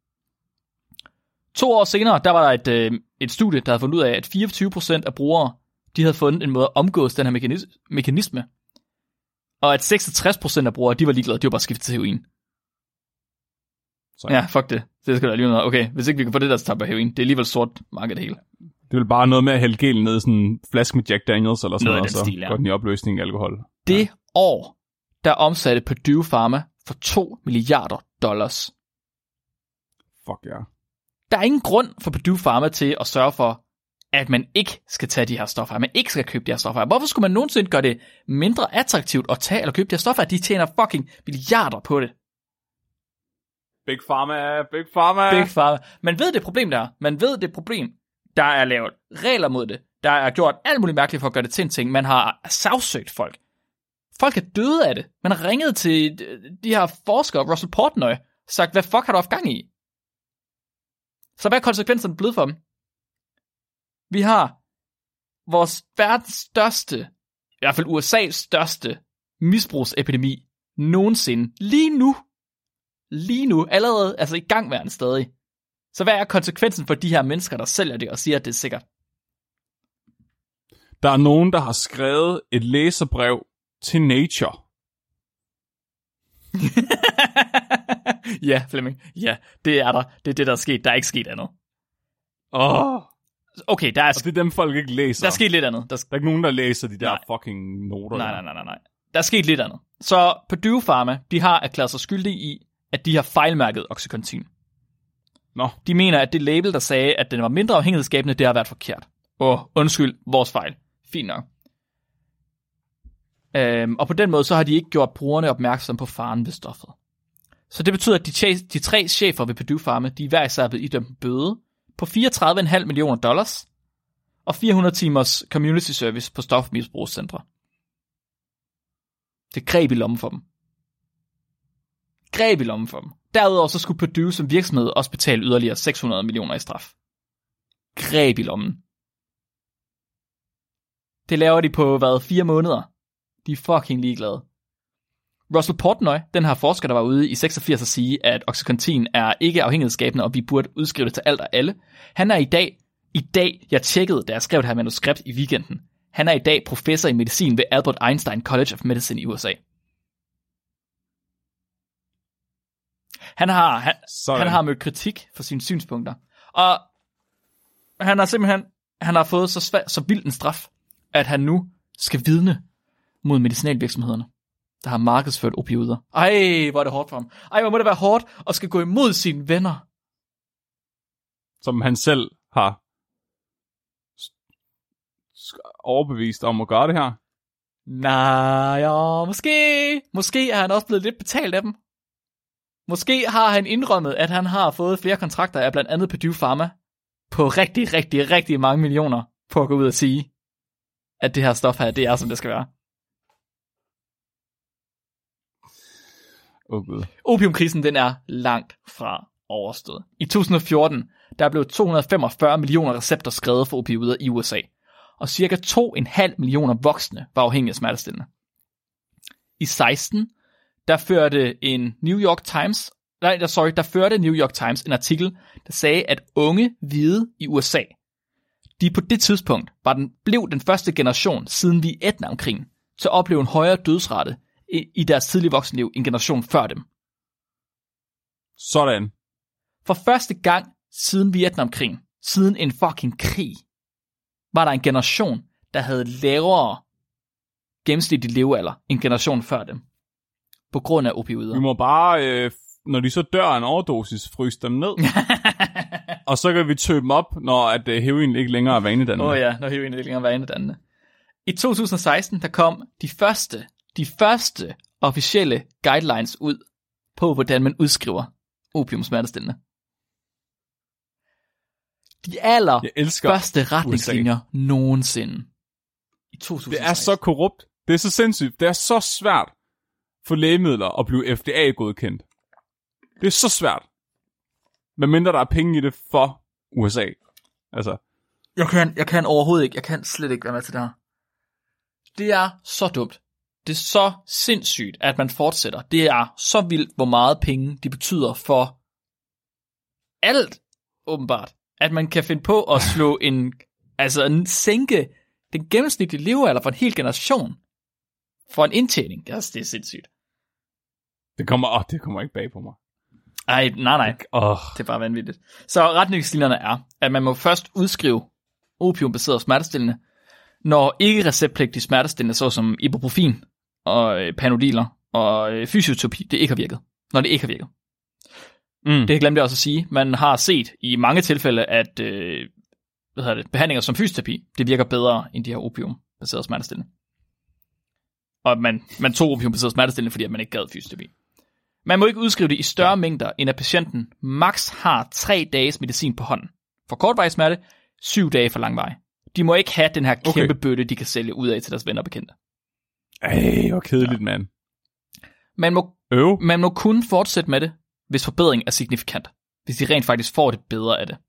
To år senere, der var der et, øh, et studie, der havde fundet ud af, at fireogtyve procent af brugere, de havde fundet en måde at omgås den her mekanis- mekanisme, og at seksogtres procent af brugere, de var ligeglade, de var bare skiftet til heroin. Så. Ja, fuck det. Det skal der alligevel noget. Okay, hvis ikke vi kan få det der til at heroin, det er alligevel sort marked det hele. Det er vel bare noget med at hælde gelen ned i sådan en flaske med Jack Daniels eller sådan noget, noget og så stil, ja. går den i opløsning af alkohol. Det ja. år, der omsatte Purdue Pharma for to milliarder dollars. Fuck ja. Yeah. Der er ingen grund for Purdue Pharma til at sørge for, at man ikke skal tage de her stoffer, at man ikke skal købe de her stoffer. Hvorfor skulle man nogensinde gøre det mindre attraktivt at tage eller købe de her stoffer, at de tjener fucking milliarder på det? Big Pharma, Big Pharma. Big Pharma. Man ved det problem der. Man ved det problem. Der er lavet regler mod det. Der er gjort alt muligt mærkeligt for at gøre det til en ting. Man har sagsøgt folk. Folk er døde af det. Man har ringet til de her forskere, Russell Portnoy, sagt, hvad fuck har du haft gang i? Så hvad er konsekvenserne blevet for dem? Vi har vores verdens største, i hvert fald U S A's største misbrugsepidemi nogensinde. Lige nu. Lige nu. Allerede, altså i gangværende stadig. Så hvad er konsekvensen for de her mennesker, der sælger det og siger, at det er sikkert? Der er nogen, der har skrevet et læserbrev til Nature. Ja, Flemming. Ja, det er der. Det er det, der er sket. Der er ikke sket andet. Åh. Oh. Okay, der er... Og det er dem, folk ikke læser. Der er sket lidt andet. Der, der er ikke nogen, der læser de der nej. fucking noter. Nej, nej, nej, nej, nej. Der er sket lidt andet. Så Purdue Pharma, de har erklæret sig skyldige i, at de har fejlmærket Oxycontin. Nå. De mener, at det label, der sagde, at den var mindre afhængighedsskabende, det har været forkert. Åh, undskyld, vores fejl. Fint nok. Øhm, og på den måde, så har de ikke gjort brugerne opmærksom på faren ved stoffet. Så det betyder, at de, de tre chefer ved Purdue Pharma, de er hver især blevet idømt en bøde på fireogtredive komma fem millioner dollars og fire hundrede timers community service på stofmisbrugscentre. Det greb i lommen for dem. Greb i lommen for dem. Derudover så skulle Purdue som virksomhed også betale yderligere seks hundrede millioner i straf. Greb i lommen. Det laver de på, hvad, fire måneder. De er fucking ligeglade. Russell Portnoy, den her forsker, der var ude i seksogfirs og sige, at Oxycontin er ikke afhængighedsskabende, og vi burde udskrive det til alt og alle. Han er i dag, i dag, jeg tjekkede, da jeg skrev det her manuskript i weekenden, han er i dag professor i medicin ved Albert Einstein College of Medicine i U S A. Han har, han, han har mødt kritik for sine synspunkter. Og han har simpelthen han har fået så, svær, så vild en straf, at han nu skal vidne mod medicinalvirksomhederne. der har markedsført opioider. Ej, hvor er det hårdt for ham. Ej, hvor må det være hårdt at skal gå imod sine venner. Som han selv har overbevist om at gøre det her. Nej, ja, måske. Måske er han også blevet lidt betalt af dem. Måske har han indrømmet, at han har fået flere kontrakter af blandt andet Purdue Pharma på rigtig, rigtig, rigtig mange millioner på at gå ud og sige, at det her stof her, det er, som det skal være. Oh, God. Opiumkrisen, den er langt fra overstået. I to tusind og fjorten, der blev to hundrede og femogfyrre millioner recepter skrevet for opioider i U S A, og cirka to komma fem millioner voksne var afhængige af smertestillende. I seksten, der førte en New York Times, nej, sorry, der førte New York Times en artikel, der sagde, at unge hvide i U S A, de på det tidspunkt var den, blev den første generation siden Vietnamkrigen til at opleve en højere dødsrate i, i deres tidlige voksenliv en generation før dem. Sådan. For første gang siden Vietnamkrigen, siden en fucking krig, var der en generation, der havde lavere gennemsnitlig levealder end generation før dem. På grund af opioider. Vi må bare, øh, når de så dør af en overdosis, fryse dem ned. Og så kan vi tøbe dem op, når at, øh, heroin ikke længere er vanedannende. Åh oh ja, når heroin ikke længere er vanedannende. I to tusind og seksten, der kom de første, de første officielle guidelines ud på, hvordan man udskriver opiumsmertestillende. De aller første retningslinjer U S A. Nogensinde. I to tusind og seksten. Det er så korrupt. Det er så sindssygt. Det er så svært for lægemidler at blive F D A-godkendt. Det er så svært. Medmindre der er penge i det for U S A. Altså. Jeg kan, jeg kan overhovedet ikke. Jeg kan slet ikke være med til det her. Det er så dumt. Det er så sindssygt, at man fortsætter. Det er så vildt, hvor meget penge de betyder for alt, åbenbart. At man kan finde på at slå en, altså en sænke den gennemsnitlige levealder for en hel generation for en indtjening. Altså, det er sindssygt. Det kommer, åh, det kommer ikke bag på mig. Ej, nej, nej. Oh. Det er bare vanvittigt. Så retningslinjerne er, at man må først udskrive opiumbaseret smertestillende, når ikke receptpligtige smertestillende, såsom ibuprofen og panodiler og fysioterapi, det ikke har virket. Når det ikke har virket. Mm. Det glemte jeg også at sige. Man har set i mange tilfælde, at øh, hvad hedder det, behandlinger som fysioterapi, det virker bedre end de her opiumbaserede smertestillende. Og man, man tog opiumbaseret smertestillende, fordi at man ikke gad fysioterapi. Man må ikke udskrive det i større mængder, end at patienten maks har tre dages medicin på hånden. For kortvarig smerte, syv dage for langvarig. De må ikke have den her kæmpe okay. bøtte, de kan sælge ud af til deres venner og bekendte. Ej, hvor kedeligt, ja. mand. Man må, man må kun fortsætte med det, hvis forbedring er signifikant. Hvis de rent faktisk får det bedre af det.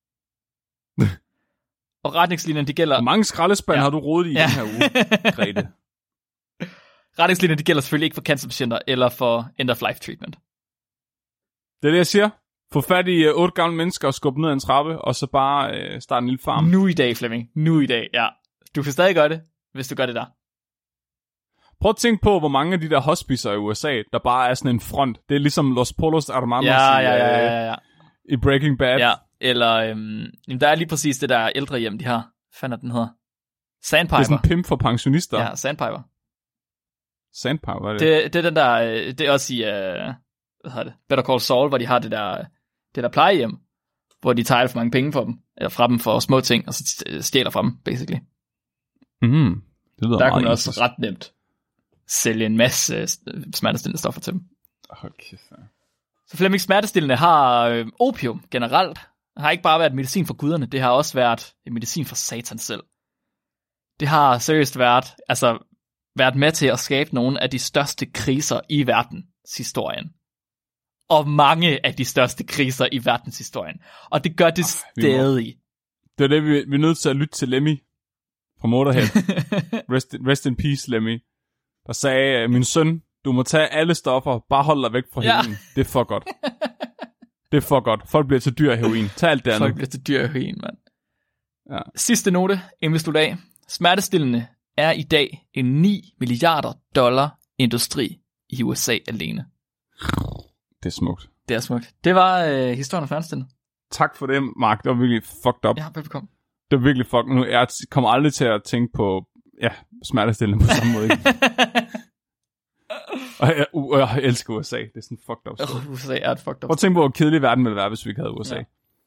Og retningslinjerne, de gælder... Hvor mange skraldespand ja. har du rodet i ja. den her uge, Grete? Retningslinjerne, de gælder selvfølgelig ikke for cancerpatienter eller for end-of-life treatment. Det er det, jeg siger. Få fat i uh, otte gamle mennesker og skubbe ned ad en trappe, og så bare uh, starte en lille farm. Nu i dag, Flemming. Nu i dag, ja. Du kan stadig gøre det, hvis du gør det der. Prøv at tænke på, hvor mange af de der hospicer i U S A, der bare er sådan en front. Det er ligesom Los Polos Hermanos ja, ja, ja, ja, ja. i Breaking Bad. Ja, eller øhm, der er lige præcis det der ældre hjem, de har. Hvad fanden er den hedder? Sandpiper. Det er sådan en pimp for pensionister. Ja, Sandpiper. Sandpiper, hvad er det? Det, det er den der, det er også i, uh, hvad hedder det, Better Call Saul, hvor de har det der, det der plejehjem, hvor de tager for mange penge for dem, eller fra dem for små ting, og så stjæler fra dem, basically. Mhm. Det lyder der kunne man også ret nemt sælge en masse smertestillende stoffer til dem. Okay, så. Så Flemming, smertestillende har øh, opium generelt, har ikke bare været medicin for guderne, det har også været medicin for satan selv. Det har seriøst været, altså, været med til at skabe nogle af de største kriser i verdenshistorien. Og mange af de største kriser i verdenshistorien. Og det gør det ah, stadig. Må... Det er det, vi, vi er nødt til at lytte til Lemmy fra Motorhead. rest, rest in peace, Lemmy. Der sagde, min søn, du må tage alle stoffer, bare hold dig væk fra ja. heroin. Det er for godt. Det er for godt. Folk bliver til dyr af heroin. Tag alt det andet. Folk bliver til dyr af heroin, mand. Ja. Sidste note, inden vi slutter af. Smertestillende er i dag en ni milliarder dollar industri i U S A alene. Det er smukt. Det er smukt. Det var øh, historien om smertestillende. Tak for det, Mark. Det var virkelig fucked up. Ja, velbekomme. Det var virkelig fucked. Nu jeg kommer aldrig til at tænke på ja, smertestillende på samme måde. Ikke? Og jeg, uh, jeg elsker U S A. Det er sådan fucked up. Uh, U S A er et fucked up. Prøv at tænke på, hvor kedelig verden ville være, hvis vi ikke havde U S A. Ja.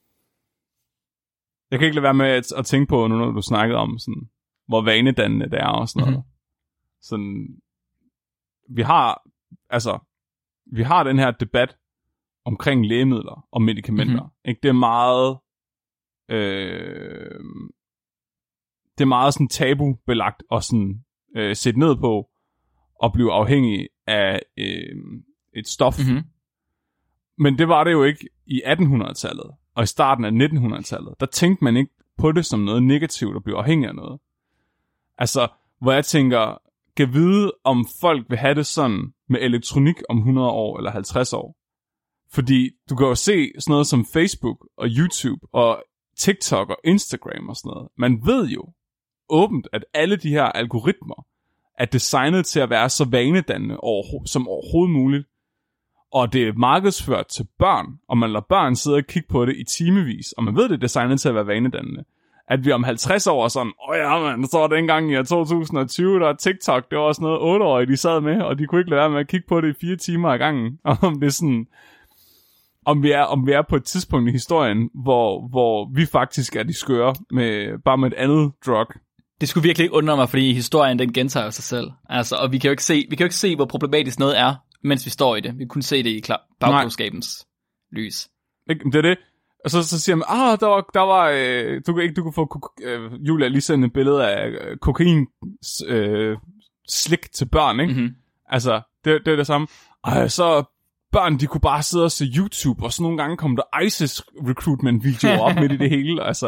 Jeg kan ikke lade være med at, at tænke på, nu når du snakkede om, sådan, hvor vanedannende det er og sådan noget. Mm-hmm. Sådan, vi har, altså, vi har den her debat omkring lægemidler og medicamenter. Mm-hmm. Ikke? Det er meget, øh, det er meget sådan tabubelagt og sådan øh, sætte ned på at blive afhængig af øh, et stof. Mm-hmm. Men det var det jo ikke i attenhundredetallet og i starten af nittenhundredetallet. Der tænkte man ikke på det som noget negativt at blive afhængig af noget. Altså, hvor jeg tænker, kan vide, om folk vil have det sådan med elektronik om hundrede år eller halvtreds år. Fordi du kan jo se sådan noget som Facebook og YouTube og TikTok og Instagram og sådan noget. Man ved jo åbent, at alle de her algoritmer er designet til at være så vanedannende overho- som overhovedet muligt. Og det er markedsført til børn, og man lader børn sidde og kigge på det i timevis, og man ved, det er designet til at være vanedannende. At vi om halvtreds år er sådan, åh ja, man, så var det engang i to tusind og tyve, der TikTok, det var også noget otteårige, de sad med, og de kunne ikke lade være med at kigge på det i fire timer ad gangen. Og om det er sådan, om vi er, om vi er på et tidspunkt i historien, hvor, hvor vi faktisk er de skøre, med, bare med et andet drug. Det skulle virkelig ikke undre mig, fordi historien, den gentager sig selv. Altså, og vi kan jo ikke se, vi kan jo ikke se, hvor problematisk noget er, mens vi står i det. Vi kunne se det i bagklogskabens lys. Ikke, det er det. Og så, så siger man, ah, der var, der var øh, du, ikke, du kunne få, øh, Julia lige sende et billede af øh, kokain øh, slik til børn, ikke? Mm-hmm. Altså, det, det er det samme. Ej, så børn, de kunne bare sidde og se YouTube, og så nogle gange kom der ISIS recruitment-videoer op midt i det hele, altså.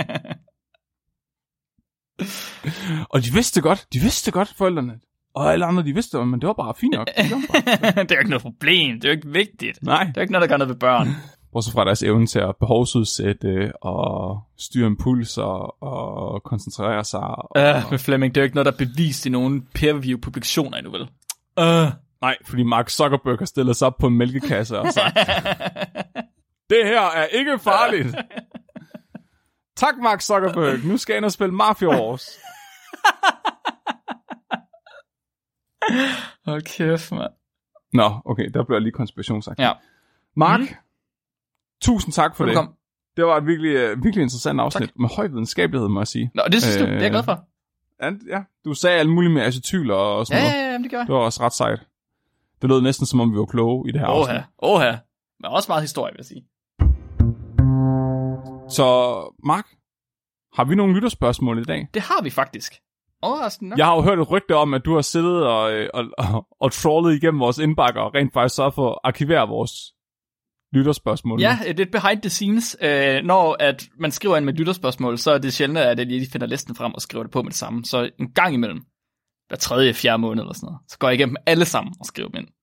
Og de vidste godt, de vidste godt, forældrene. Og alle andre, de vidste det, men det var bare fint nok. Det, det er jo ikke noget problem, det er jo ikke vigtigt. Nej. Det er ikke noget, der gør noget ved børn. Bortset fra deres evne til at behovsudsætte og styre impuls og, og koncentrere sig. Og, øh, med Flemming, det er jo ikke noget, der er bevist i nogen peer-review-publikationer endnu, vel? Øh. Nej, fordi Mark Zuckerberg har stillet sig op på en mælkekasse og sagt, det her er ikke farligt. Tak, Mark Zuckerberg. Nu skal jeg ind og spille Mafia Wars. Hold kæft, mand. Nå, okay, der bliver lige konspirationsagt. Ja. Mark, mm. tusind tak for Velkommen. det. Det var et virkelig, virkelig interessant afsnit. Tak. Med høj videnskabelighed, må jeg sige. Nå, det synes øh, du, det er jeg glad for. Ja, du sagde alt muligt med acetyl og sådan ja, noget. Ja, ja, det gør jeg. Det var også ret sejt. Det lød næsten, som om vi var kloge i det her Oha. afsnit. Åh ja, men også meget historie, vil jeg sige. Så, Mark, har vi nogle lytterspørgsmål i dag? Det har vi faktisk. Overraskende nok. Jeg har jo hørt et rygte om, at du har siddet og, og, og, og trollet igennem vores indbakker og rent faktisk så for at arkivere vores lytterspørgsmål. Ja, det er et behind the scenes. Øh, når at man skriver ind med lytterspørgsmål, så er det sjældent, at jeg lige finder listen frem og skriver det på med det samme. Så en gang imellem, hver tredje, fjerde måned eller sådan noget, så går jeg igennem alle sammen og skriver dem ind.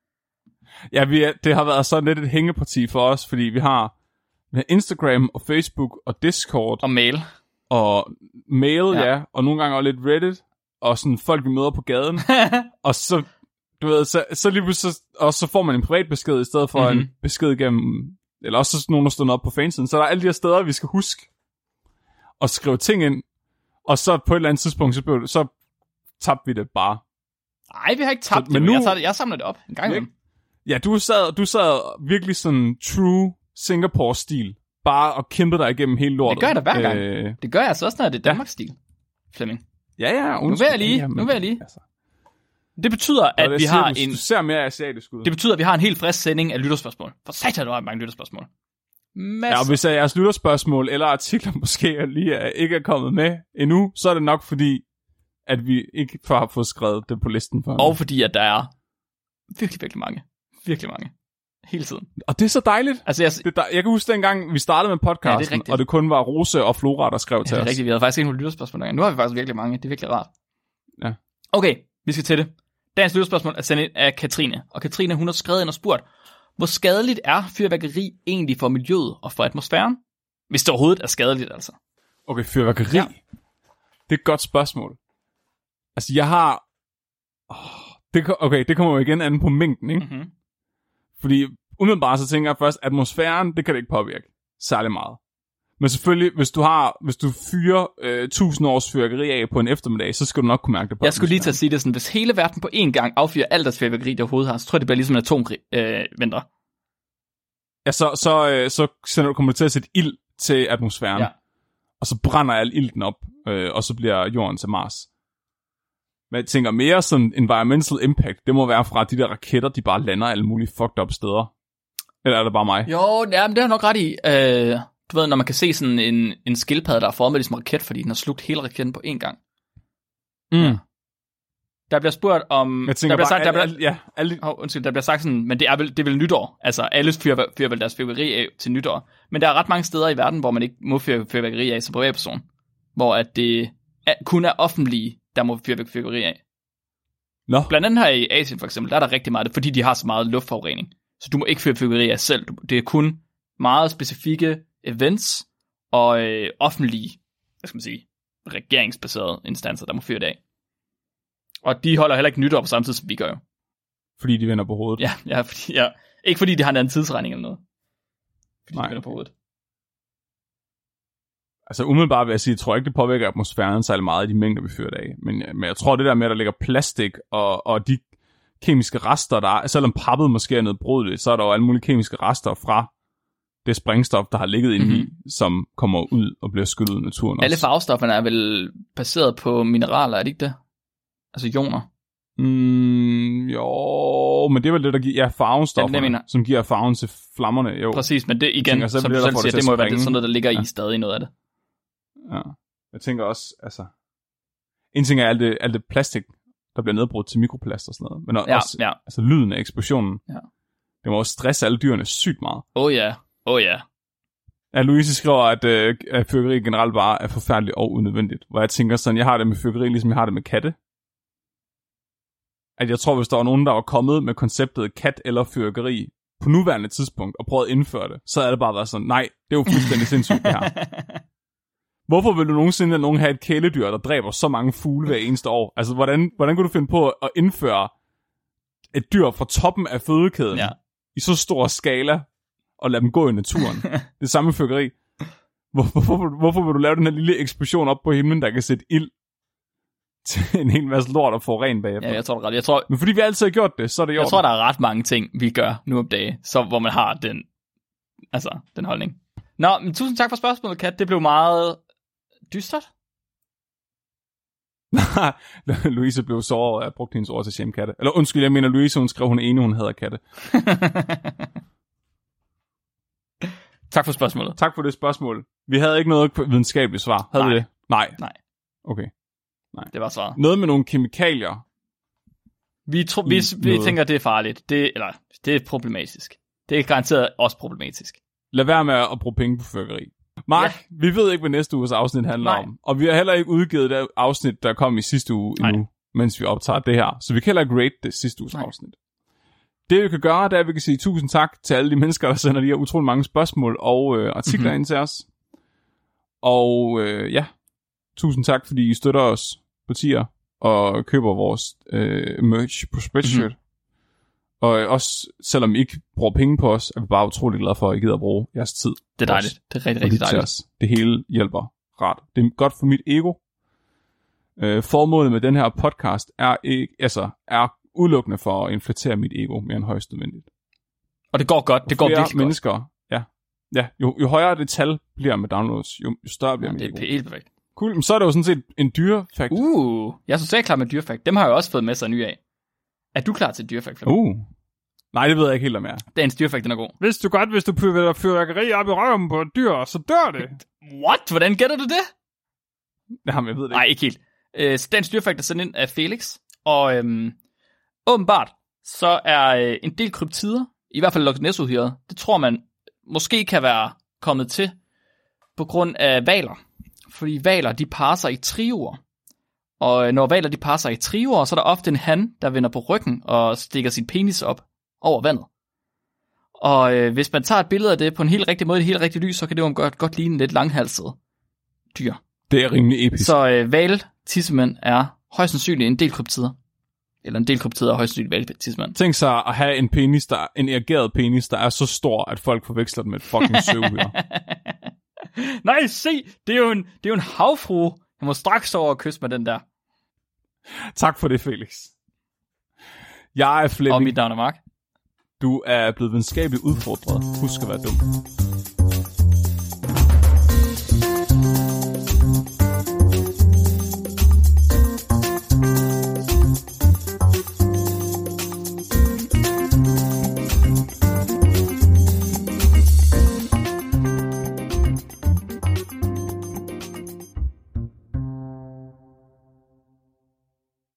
Ja, vi er, det har været sådan lidt et hængeparti for os, fordi vi har, vi har Instagram og Facebook og Discord. Og mail. Og mail, ja. ja. Og nogle gange også lidt Reddit. Og sådan folk, vi møder på gaden. Og så, du ved, så, så lige pludselig, og så får man en privat besked, i stedet for mm-hmm. en besked gennem, eller også nogen, der står op på fansiden. Så der er alle de her steder, vi skal huske at skrive ting ind. Og så på et eller andet tidspunkt, så, blev, så tabte vi det bare. Nej, vi har ikke tabt så, det, men nu, jeg, tager det, jeg samler det op en gang imellem. Ja, du sad, du sad virkelig sådan true Singapore-stil. Bare og kæmpe dig igennem hele lortet. Det gør jeg da hver gang. Øh... Det gør jeg altså også, når det er Danmarks-stil, Flemming. Ja, ja. Nu vil jeg lige. Ja, men, nu vil jeg lige. Altså. Det betyder, at vi har du, en... Du ser mere asiatisk ud. Det betyder, at vi har en helt frisk sending af lytterspørgsmål. For satan, du har mange lytterspørgsmål. Masser. Ja, og hvis jeres lytterspørgsmål eller artikler måske lige er, ikke er kommet med endnu, så er det nok fordi, at vi ikke har fået skrevet det på listen for. Og fordi, at der er virkelig, virkelig mange. Virkelig mange. Hele tiden. Og det er så dejligt. Altså, jeg... Det, der, jeg kan huske dengang, vi startede med podcasten, ja, og det kun var Rose og Flora, der skrev ja, til os. Det er rigtigt. Vi havde faktisk ikke nogen lytterspørgsmål dengang. Nu har vi faktisk virkelig mange. Det er virkelig rart. Ja. Okay, vi skal til det. Dagens lytterspørgsmål er sendt ind af Katrine. Og Katrine, hun har skrevet ind og spurgt, hvor skadeligt er fyrværkeri egentlig for miljøet og for atmosfæren? Hvis det overhovedet er skadeligt, altså. Okay, fyrværkeri. Ja. Det er et godt spørgsmål. Altså, jeg har... Oh, det, okay, det kommer jo igen an på mængden, ikke? Mm-hmm. Fordi umiddelbart så tænker jeg først, atmosfæren, det kan det ikke påvirke særlig meget. Men selvfølgelig, hvis du har, hvis du fyrer øh, tusind års fyrværkeri af på en eftermiddag, så skal du nok kunne mærke det på. Jeg skulle lige til at sige det sådan, hvis hele verden på én gang affyrer alt deres fyrværkeri, der overhovedet har, så tror jeg, det bliver ligesom en atomvinter. Øh, ja, så, så, øh, så sender du, kommer du til at sætte ild til atmosfæren, ja. Og så brænder al ilten op, øh, og så bliver jorden til Mars. Men jeg tænker mere sådan environmental impact, det må være fra de der raketter, de bare lander alle mulige fucked up steder. Eller er det bare mig? Jo, ja, men det er nok ret i. Øh, du ved, når man kan se sådan en, en skildpadde, der er formet som raket, fordi den har slugt hele raketten på én gang. Mm. Der bliver spurgt om... Jeg tænker der bliver bare, sagt, der al, bliver, al, ja, alle... oh, undskyld, der bliver sagt sådan, men det er vel, det er vel nytår. Altså, alle fyrer, fyrer vel deres fyrværkeri af til nytår. Men der er ret mange steder i verden, hvor man ikke må fyre fyrværkeri af som privatperson. Hvor at det er, kun er offentlige, der må fyre fyrværkeri af. Nå. Blandt andet her i Asien for eksempel, der er der rigtig meget, fordi de har så meget luftforurening. Så du må ikke fyre fyrværkeri af selv. Det er kun meget specifikke events og øh, offentlige, hvad skal man sige, regeringsbaserede instanser, der må fyre det af. Og de holder heller ikke nytår på samme tid, som vi gør jo. Fordi de vender på hovedet. Ja, ja, fordi, ja. Ikke fordi de har en anden tidsregning eller noget. Fordi Nej. de vender på hovedet. Altså umiddelbart vil jeg sige, jeg tror ikke, det påvirker atmosfæren særlig meget i de mængder, vi fyrer det af. Men, men jeg tror, det der med, at der ligger plastik og, og de kemiske rester, der er, selvom pappet måske er nedbrudeligt, så er der jo alle mulige kemiske rester fra det sprængstof, der har ligget inde i, mm-hmm. som kommer ud og bliver skyllet ud i naturen. Alle også. farvestofferne er vel baseret på mineraler, er det ikke det? Altså ioner. Mm, jo, men det er vel det, der giver ja, farvestofferne, som giver farven til flammerne. Jo. Præcis, men det igen, tænker, som du selv siger, det må være det, sådan noget, der ligger ja. i stadig noget af det. Ja, jeg tænker også, altså, en ting er alt det, alt det plastik, der bliver nedbrudt til mikroplast og sådan noget, men ja, også ja. altså, lyden af eksplosionen. Ja. Det må også stresse alle dyrene sygt meget. Åh oh, ja, åh oh, ja. Ja, Louise skriver, at, øh, at fyrværkeri generelt bare er forfærdeligt og unødvendigt. Hvor jeg tænker sådan, jeg har det med fyrværkeri, ligesom jeg har det med katte. At jeg tror, hvis der var nogen, der var kommet med konceptet kat eller fyrværkeri på nuværende tidspunkt og prøvet at indføre det, så er det bare været sådan, nej, det er jo fuldstændig sindssygt det her. Hvorfor vil du nogensinde at nogen have et kæledyr, der dræber så mange fugle hver eneste år? Altså, hvordan, hvordan kunne du finde på at indføre et dyr fra toppen af fødekæden ja. i så stor skala og lade dem gå i naturen? Det samme fyrværkeri. Hvorfor, hvorfor, hvorfor vil du lave den her lille eksplosion op på himlen, der kan sætte ild til en hel masse lort og få ren bagefter? Ja, jeg tror det ret. Jeg tror, Men fordi vi altid har gjort det, så er det jo. Jeg tror, der er ret mange ting, vi gør nu om dagen, så, hvor man har den, altså, den holdning. Nå, men tusind tak for spørgsmålet, Kat. Det blev meget dystert. Louise blev såret, og jeg brugte hendes ord til shame-katte. Eller undskyld, jeg mener Louise, hun skrev, hun er enig, hun hader katte. Tak for spørgsmålet. Tak for det spørgsmål. Vi havde ikke noget videnskabeligt svar. Havde Nej. vi det? Nej. Nej. Okay. Nej. Det var svaret. Noget med nogle kemikalier. Vi, tro, vi, vi tænker, det er farligt. Det, eller, det er problematisk. Det er garanteret også problematisk. Lad være med at bruge penge på fyrværkeri. Mark, ja. Vi ved ikke, hvad næste uges afsnit handler Nej. om. Og vi har heller ikke udgivet det afsnit, der kom i sidste uge Nej. endnu, mens vi optager det her. Så vi kan heller ikke rate det sidste uges Nej. afsnit. Det vi kan gøre, det er, at vi kan sige tusind tak til alle de mennesker, der sender de her utrolig mange spørgsmål og øh, artikler mm-hmm. ind til os. Og øh, ja, tusind tak, fordi I støtter os på tier og køber vores øh, merch på Spreadshirt. Mm-hmm. Og øh, også, selvom I ikke bruger penge på os, er vi bare utrolig glade for, at I gider at bruge jeres tid. Det er dejligt. Det er rigtig, rigtig dejligt. Det hele hjælper ret. Det er godt for mit ego. Øh, formålet med den her podcast er, ikke, altså, er udelukkende for at inflatere mit ego mere end højst nødvendigt. Og det går godt. Det går virkelig mennesker, godt. Ja, ja jo, jo højere det tal bliver med downloads, jo, jo større bliver ja, mit ego. Det er helt perfekt. Cool, men så er det jo sådan set en dyrefakt. Uh, jeg er så klar med dyrefakt. Dem har jeg også fået med sig ny af. Er du klar til dyrefakt? Uh. Nej, det ved jeg ikke helt om jeg er. Dagens dyrefakt, den er god. Vidste du godt, hvis du putter fyrværkeri op i røven på et dyr, så dør det? What? Hvordan gætter du det? Jamen, jeg ved det ikke. Nej, ikke helt. Øh, så dagens dyrefakt er sendt ind af Felix. Og øhm, åbenbart, så er øh, en del kryptider, i hvert fald Loch Ness-uhyret, det tror man måske kan være kommet til på grund af hvaler. Fordi hvaler, de parrer sig i trioer. Og når hvaler, de parrer sig i trioer, så er der ofte en han, der vender på ryggen og stikker sin penis op over vandet. Og øh, hvis man tager et billede af det på en helt rigtig måde, et helt rigtigt lys, så kan det jo godt, godt ligne lidt langhalset dyr. Det er rimelig episk. Så øh, hval-tissemænd er højst sandsynligt en del kryptider. Eller en del kryptider er højst sandsynligt hval-tissemænd. Tænk sig at have en penis, der, en erigeret penis, der er så stor, at folk forveksler den med et fucking søvhyre. Nej, se, det er jo en, det er jo en havfrue. Jeg må straks over og kysse med den der. Tak for det, Felix. Jeg er Flemming. Og mit navn er Mark. Du er blevet videnskabeligt udfordret. Husk at være dum.